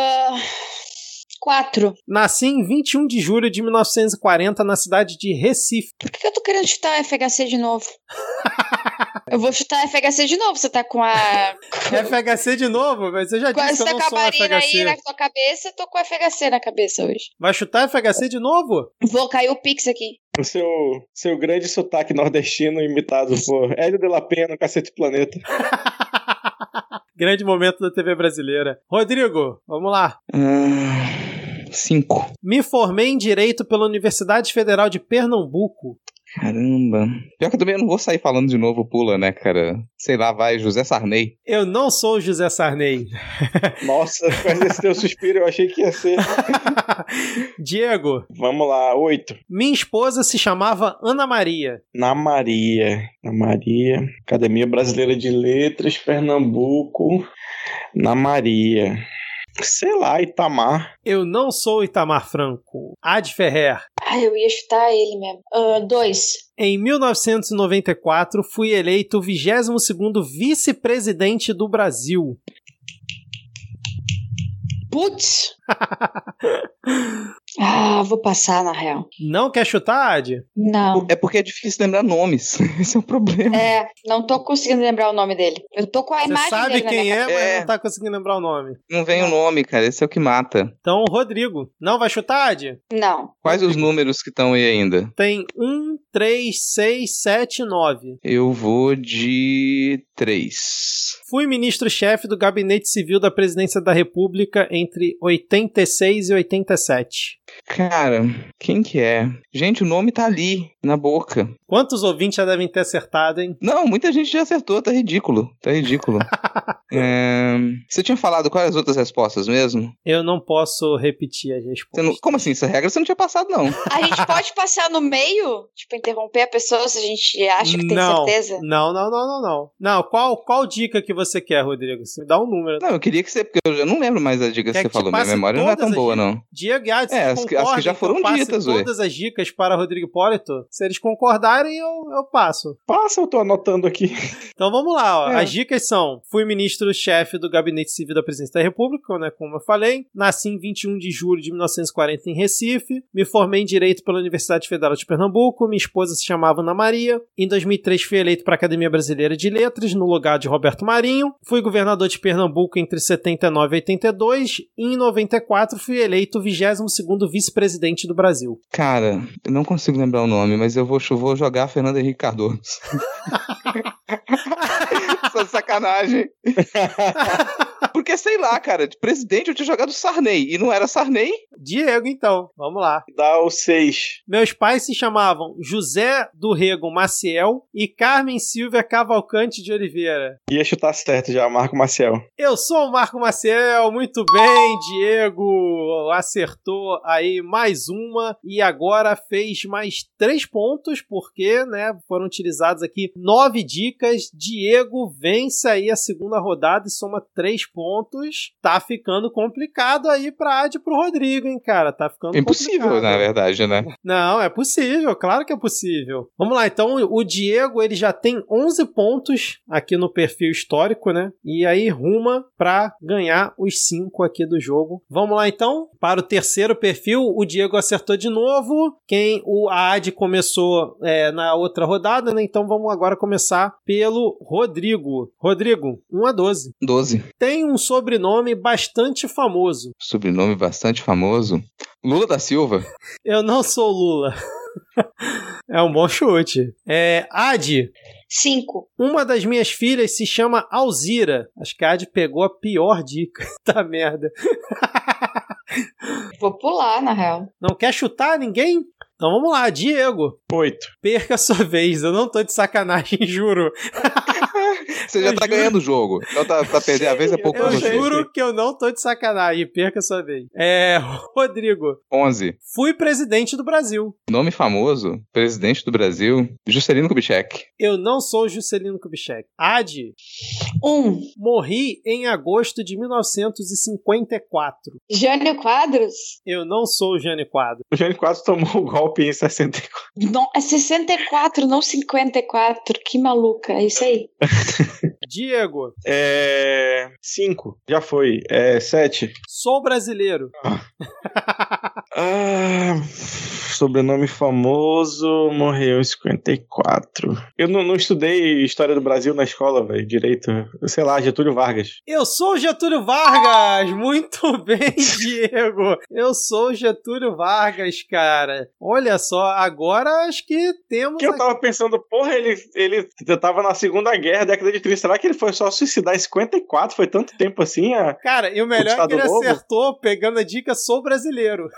4. Nasci em 21 de julho de 1940 na cidade de Recife. Por que eu tô querendo chutar FHC de novo? Eu vou chutar FHC de novo. Você tá com a... FHC de novo? Mas eu já disse que eu não sou FHC. Aí na tua cabeça, eu tô com FHC na cabeça hoje. Vai chutar FHC de novo? Vou cair o Pix aqui. O seu grande sotaque nordestino imitado por Hélio de la Penha no Cacete Planeta. Grande momento da TV brasileira. Rodrigo, vamos lá. 5. Me formei em Direito pela Universidade Federal de Pernambuco. Caramba. Pior que eu também não vou sair falando de novo, pula, né, cara? Sei lá, vai, José Sarney. Eu não sou o José Sarney. Nossa, com esse teu suspiro eu achei que ia ser. Diego. Vamos lá, 8. Minha esposa se chamava Ana Maria. Ana Maria. Academia Brasileira de Letras, Pernambuco. Ana Maria. Sei lá, Itamar. Eu não sou Itamar Franco. Ad Ferrer. Eu ia chutar ele mesmo. 2. Em 1994, fui eleito o 22º vice-presidente do Brasil. Putz! Vou passar, na real. Não quer chutar, Adi? Não. É porque é difícil lembrar nomes. Esse é o problema. Não tô conseguindo lembrar o nome dele. Eu tô com a Você imagem sabe dele na quem minha é, cabeça. mas não tá conseguindo lembrar o nome. Não vem o nome, cara. Esse é o que mata. Então, Rodrigo. Não vai chutar, Adi? Não. Quais os números que estão aí ainda? Tem 1, 3, 6, 7, 9. Eu vou de 3. Fui ministro-chefe do Gabinete Civil da Presidência da República entre 86 e 87. Cara, quem que é? Gente, o nome tá ali, na boca. Quantos ouvintes já devem ter acertado, hein? Não, muita gente já acertou, tá ridículo. Tá ridículo. Você tinha falado quais as outras respostas mesmo? Eu não posso repetir as respostas. Como assim? Essa regra você não tinha passado, não. A gente pode passar no meio? Tipo, interromper a pessoa se a gente acha que tem certeza? Não. Não, qual dica que você quer, Rodrigo? Você me dá um número. Não, eu queria que você... Porque eu já não lembro mais a dica que você falou. Minha memória não é tão boa, não. Diego e Adi, as que já foram ditas, ué. Todas as dicas para Rodrigo Hipólito. Se eles concordarem, eu passo. Passa, eu tô anotando aqui. Então vamos lá, ó. As dicas são: fui ministro-chefe do Gabinete Civil da Presidência da República, né, como eu falei. Nasci em 21 de julho de 1940 em Recife. Me formei em Direito pela Universidade Federal de Pernambuco. Minha esposa se chamava Ana Maria. Em 2003 fui eleito para a Academia Brasileira de Letras, no lugar de Roberto Marinho. Fui governador de Pernambuco entre 79 e 82. E em 94 fui eleito 22º vice-presidente do Brasil. Cara, eu não consigo lembrar o nome, mas eu vou jogar Fernando Henrique Cardoso. Essa sacanagem. Porque, sei lá, cara, de presidente eu tinha jogado Sarney, e não era Sarney. Diego, então, vamos lá. Dá o 6. Meus pais se chamavam José do Rego Maciel e Carmen Silvia Cavalcante de Oliveira. Ia chutar certo já, Marco Maciel. Eu sou o Marco Maciel, muito bem, Diego acertou aí mais uma e agora fez mais 3 pontos, porque, né, foram utilizados aqui 9 dicas. Diego vence aí a segunda rodada e soma 3 pontos. Tá ficando complicado aí pra Adi e pro Rodrigo, hein, cara? Tá ficando impossível, complicado. Na verdade, né? Não, é possível, claro que é possível. Vamos lá, então o Diego, ele já tem 11 pontos aqui no perfil histórico, né? E aí ruma pra ganhar os 5 aqui do jogo. Vamos lá, então, para o terceiro perfil, o Diego acertou de novo. A Adi começou na outra rodada, né? Então vamos agora começar pelo Rodrigo. Rodrigo, 1 a 12. 12. Tem um sobrenome bastante famoso. Sobrenome bastante famoso? Lula da Silva? Eu não sou Lula. É um bom chute. Adi. 5. Uma das minhas filhas se chama Alzira. Acho que a Adi pegou a pior dica. Tá merda. Vou pular, na real. Não quer chutar ninguém? Então vamos lá, Diego. 8. Perca a sua vez, eu não tô de sacanagem, juro. Você já tá ganhando o jogo. Então pra perder a vez é pouco pra Eu você. juro que eu não tô de sacanagem, perca a sua vez. Rodrigo. 11. Fui presidente do Brasil. Nome famoso, presidente do Brasil, Juscelino Kubitschek. Eu não sou Juscelino Kubitschek. Adi. 1. Morri em agosto de 1954. Jânio Quadros? Eu não sou o Jânio Quadros. O Jânio Quadros tomou o golpe em 64. Não, é 64, não 54. Que maluca, é isso aí. Diego. 5. Já foi. 7. Sou brasileiro. Sobrenome famoso, morreu em 54. Eu não estudei História do Brasil na escola, velho, direito. Sei lá, Getúlio Vargas. Eu sou o Getúlio Vargas! Muito bem, Diego! Eu sou o Getúlio Vargas, cara. Olha só, agora acho que temos... Que eu tava pensando, porra, ele tava na Segunda Guerra, década de 30. Será que ele foi só suicidar em 54? Foi tanto tempo assim? Cara, e o melhor é que ele acertou pegando a dica sou brasileiro.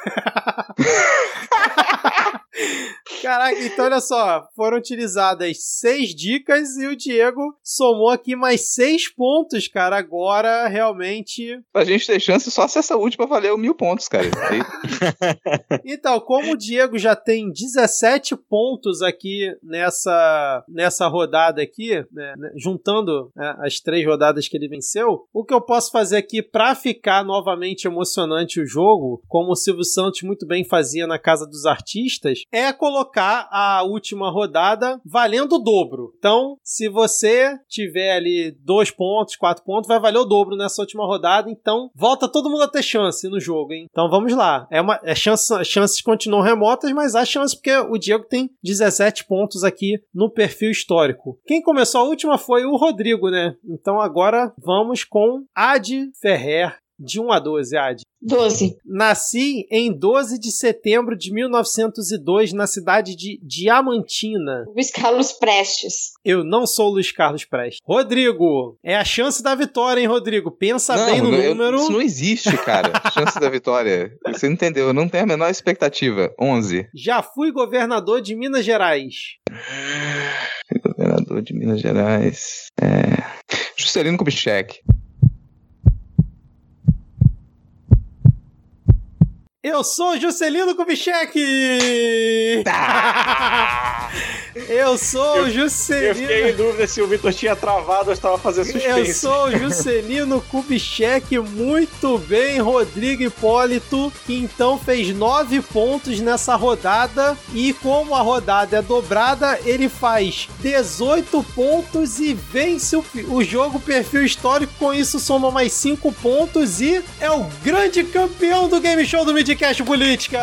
Caraca, então olha só, foram utilizadas 6 dicas e o Diego somou aqui mais 6 pontos, cara. Agora, realmente... Pra gente ter chance, só se essa última valeu 1000 pontos, cara. Então, como o Diego já tem 17 pontos aqui nessa rodada aqui, né, juntando as 3 rodadas que ele venceu, o que eu posso fazer aqui pra ficar novamente emocionante o jogo, como o Silvio Santos muito bem fazia na Casa dos Artistas, é colocar colocar a última rodada valendo o dobro. Então, se você tiver ali 2 pontos, 4 pontos, vai valer o dobro nessa última rodada. Então, volta todo mundo a ter chance no jogo, hein? Então, vamos lá. Chances continuam remotas, mas há chance porque o Diego tem 17 pontos aqui no perfil histórico. Quem começou a última foi o Rodrigo, né? Então, agora vamos com Adi Ferrer. De 1 a 12, Adi. 12. Nasci em 12 de setembro de 1902 na cidade de Diamantina. Luiz Carlos Prestes. Eu não sou Luiz Carlos Prestes. Rodrigo, é a chance da vitória, hein, Rodrigo? Pensa bem no número. Isso não existe, cara. Chance da vitória. Você não entendeu, eu não tenho a menor expectativa. 11. Já fui governador de Minas Gerais. Governador de Minas Gerais. Juscelino Kubitschek. Eu sou Juscelino Kubitschek! Eu sou o Juscelino. Eu fiquei em dúvida se o Vitor tinha travado ou estava fazendo suspense. Eu sou o Juscelino Kubitschek. Muito bem, Rodrigo Hipólito, que então fez 9 pontos nessa rodada. E como a rodada é dobrada, ele faz 18 pontos e vence o jogo perfil histórico. Com isso, soma mais 5 pontos e é o grande campeão do Game Show do Midcast Política.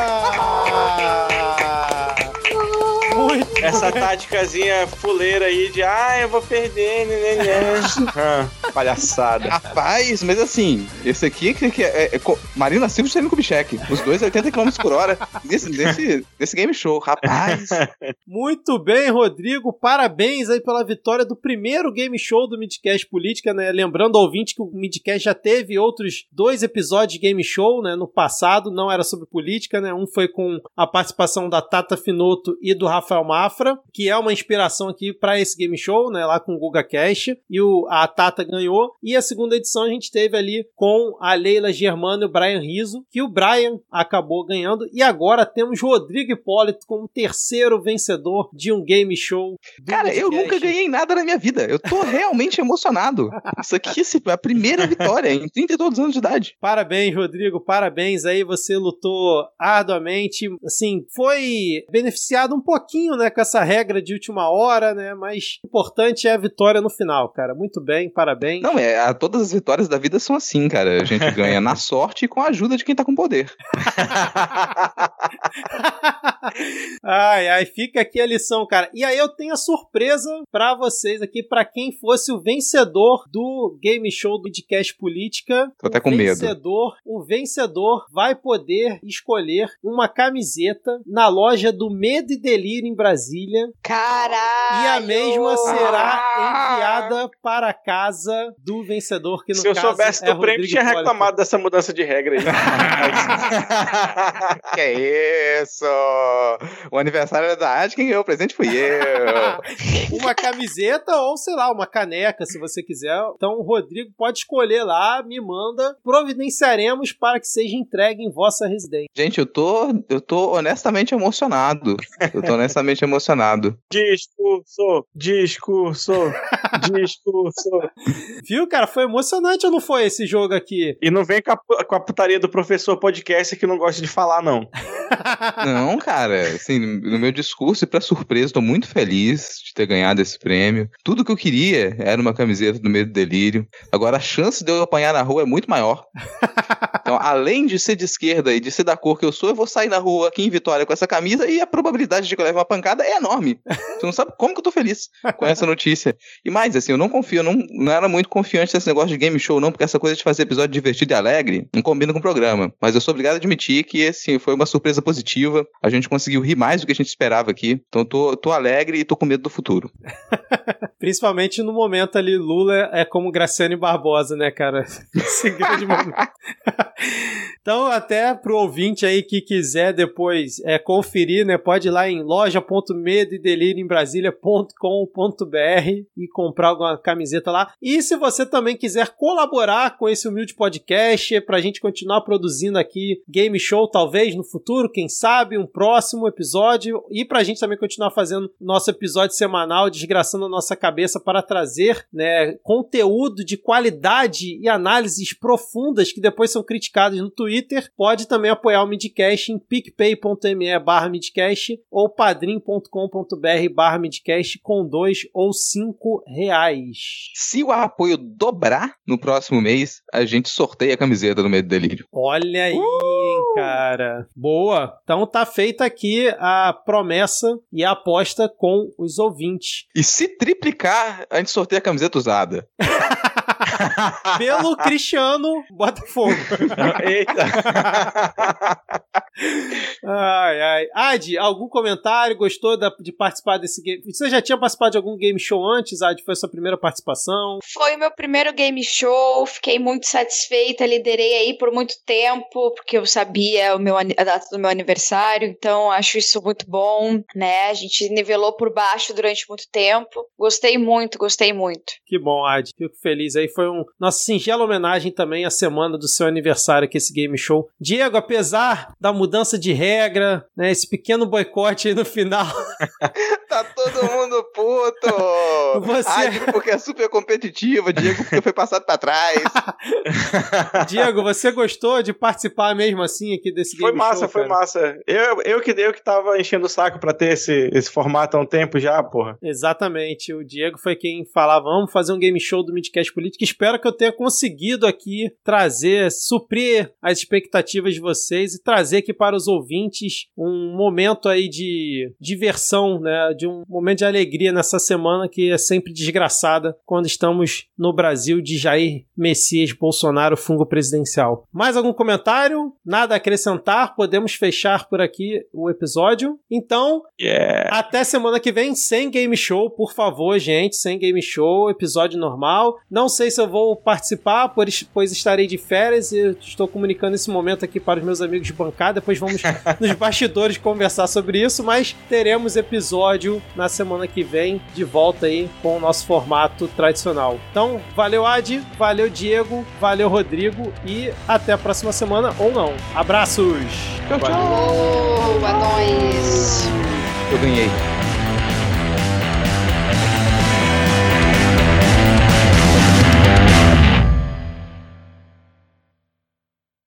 Muito essa táticazinha fuleira aí de eu vou perder, palhaçada. Rapaz, mas assim, esse aqui é Marina Silva e Juscelino Kubitschek, os dois 80 km por hora desse game show, rapaz. Muito bem, Rodrigo, parabéns aí pela vitória do primeiro game show do Midcast Política, né? Lembrando ao ouvinte que o Midcast já teve outros 2 episódios de game show, né? No passado, não era sobre política, né? Um foi com a participação da Tata Finoto e do Rafael Mafra, que é uma inspiração aqui para esse game show, né, lá com o Guga Cash, e a Tata ganhou, e a segunda edição a gente teve ali com a Leila Germano e o Brian Rizzo, que o Brian acabou ganhando, e agora temos Rodrigo Hipólito como terceiro vencedor de um game show. Cara, eu nunca ganhei nada na minha vida, eu tô realmente emocionado. Isso aqui é a primeira vitória em 32 anos de idade. Parabéns, Rodrigo, parabéns aí, você lutou arduamente, assim, foi beneficiado um pouquinho, né, com essa regra de última hora, né, mas o importante é a vitória no final, cara. Muito bem, parabéns. Não, todas as vitórias da vida são assim, cara. A gente ganha na sorte e com a ajuda de quem tá com poder. Ai, fica aqui a lição, cara. E aí eu tenho a surpresa pra vocês aqui, pra quem fosse o vencedor do Game Show do Midcast Política. Tô até com medo. O vencedor vai poder escolher uma camiseta na loja do Medo e Delírio em Brasília. Caralho! E a mesma será enviada para a casa do vencedor, que no caso Se eu soubesse do prêmio, tinha reclamado dessa mudança de regra aí. Que isso? O aniversário da arte, quem ganhou o presente fui eu. Uma camiseta ou, sei lá, uma caneca, se você quiser. Então o Rodrigo pode escolher lá, me manda, providenciaremos para que seja entregue em vossa residência. Gente, eu tô honestamente emocionado. Discurso. Viu, cara? Foi emocionante ou não foi esse jogo aqui? E não vem com a putaria do professor podcast que não gosta de falar, não. Não, cara, assim, no meu discurso, e pra surpresa, tô muito feliz de ter ganhado esse prêmio. Tudo que eu queria era uma camiseta do Medo e Delírio. Agora, a chance de eu apanhar na rua é muito maior. Então, além de ser de esquerda e de ser da cor que eu sou, eu vou sair na rua aqui em Vitória com essa camisa e a probabilidade de que eu leve uma pancada é enorme. Você não sabe como que eu tô feliz com essa notícia. E mais, assim, eu não confio, não era muito confiante nesse negócio de game show, não, porque essa coisa de fazer episódio divertido e alegre não combina com o programa. Mas eu sou obrigado a admitir que, assim, foi uma surpresa positiva. A gente conseguiu rir mais do que a gente esperava aqui. Então, tô alegre e tô com medo do futuro. Principalmente no momento ali, Lula é como Graciane Barbosa, né, cara? Esse grande momento. Então, até pro ouvinte aí que quiser depois conferir, né, pode ir lá em loja.medoedelirioembrasilha.com.br e comprar alguma camiseta lá. E se você também quiser colaborar com esse humilde podcast, pra gente continuar produzindo aqui game show, talvez no futuro, quem sabe, um próximo episódio, e pra gente também continuar fazendo nosso episódio semanal, desgraçando a nossa cabeça para trazer, né, conteúdo de qualidade e análises profundas que depois são criticadas criticadas no Twitter. Pode também apoiar o Midcast em picpay.me/midcast ou padrim.com.br/midcast com 2 ou 5 reais. Se o apoio dobrar no próximo mês, a gente sorteia a camiseta do Medo e Delírio. Olha aí, cara. Boa. Então tá feita aqui a promessa e a aposta com os ouvintes. E se triplicar, a gente sorteia a camiseta usada. Pelo Cristiano Botafogo. Eita. Ai. Adi, algum comentário? Gostou de participar desse game? Você já tinha participado de algum game show antes, Adi? Foi a sua primeira participação? Foi o meu primeiro game show, fiquei muito satisfeita, liderei aí por muito tempo, porque eu sabia a data do meu aniversário, então acho isso muito bom, né? A gente nivelou por baixo durante muito tempo. Gostei muito. Que bom, Adi. Fico feliz aí. Foi nossa singela homenagem também à semana do seu aniversário aqui, esse game show. Diego, apesar da mudança de regra, né, esse pequeno boicote aí no final... Tá todo mundo puto! Adi porque é super competitivo, Diego porque foi passado pra trás. Diego, você gostou de participar mesmo assim aqui desse game show? Foi massa. Eu que tava enchendo o saco pra ter esse formato há um tempo já, porra. Exatamente. O Diego foi quem falava, vamos fazer um game show do Midcast Política. Espero que eu tenha conseguido aqui suprir as expectativas de vocês e trazer aqui para os ouvintes um momento aí de diversão, né? De um momento de alegria nessa semana que é sempre desgraçada quando estamos no Brasil de Jair Messias Bolsonaro, fungo presidencial. Mais algum comentário? Nada a acrescentar? Podemos fechar por aqui o episódio. Então, até semana que vem, sem game show, por favor, gente, sem game show, episódio normal. Não sei se eu vou participar, pois estarei de férias e estou comunicando esse momento aqui para os meus amigos de bancada. Depois vamos nos bastidores conversar sobre isso, mas teremos episódio na semana que vem, de volta aí com o nosso formato tradicional. Então, valeu Adi, valeu Diego, valeu Rodrigo e até a próxima semana ou não. Abraços! Tchau, tchau! Boa noite! Eu ganhei.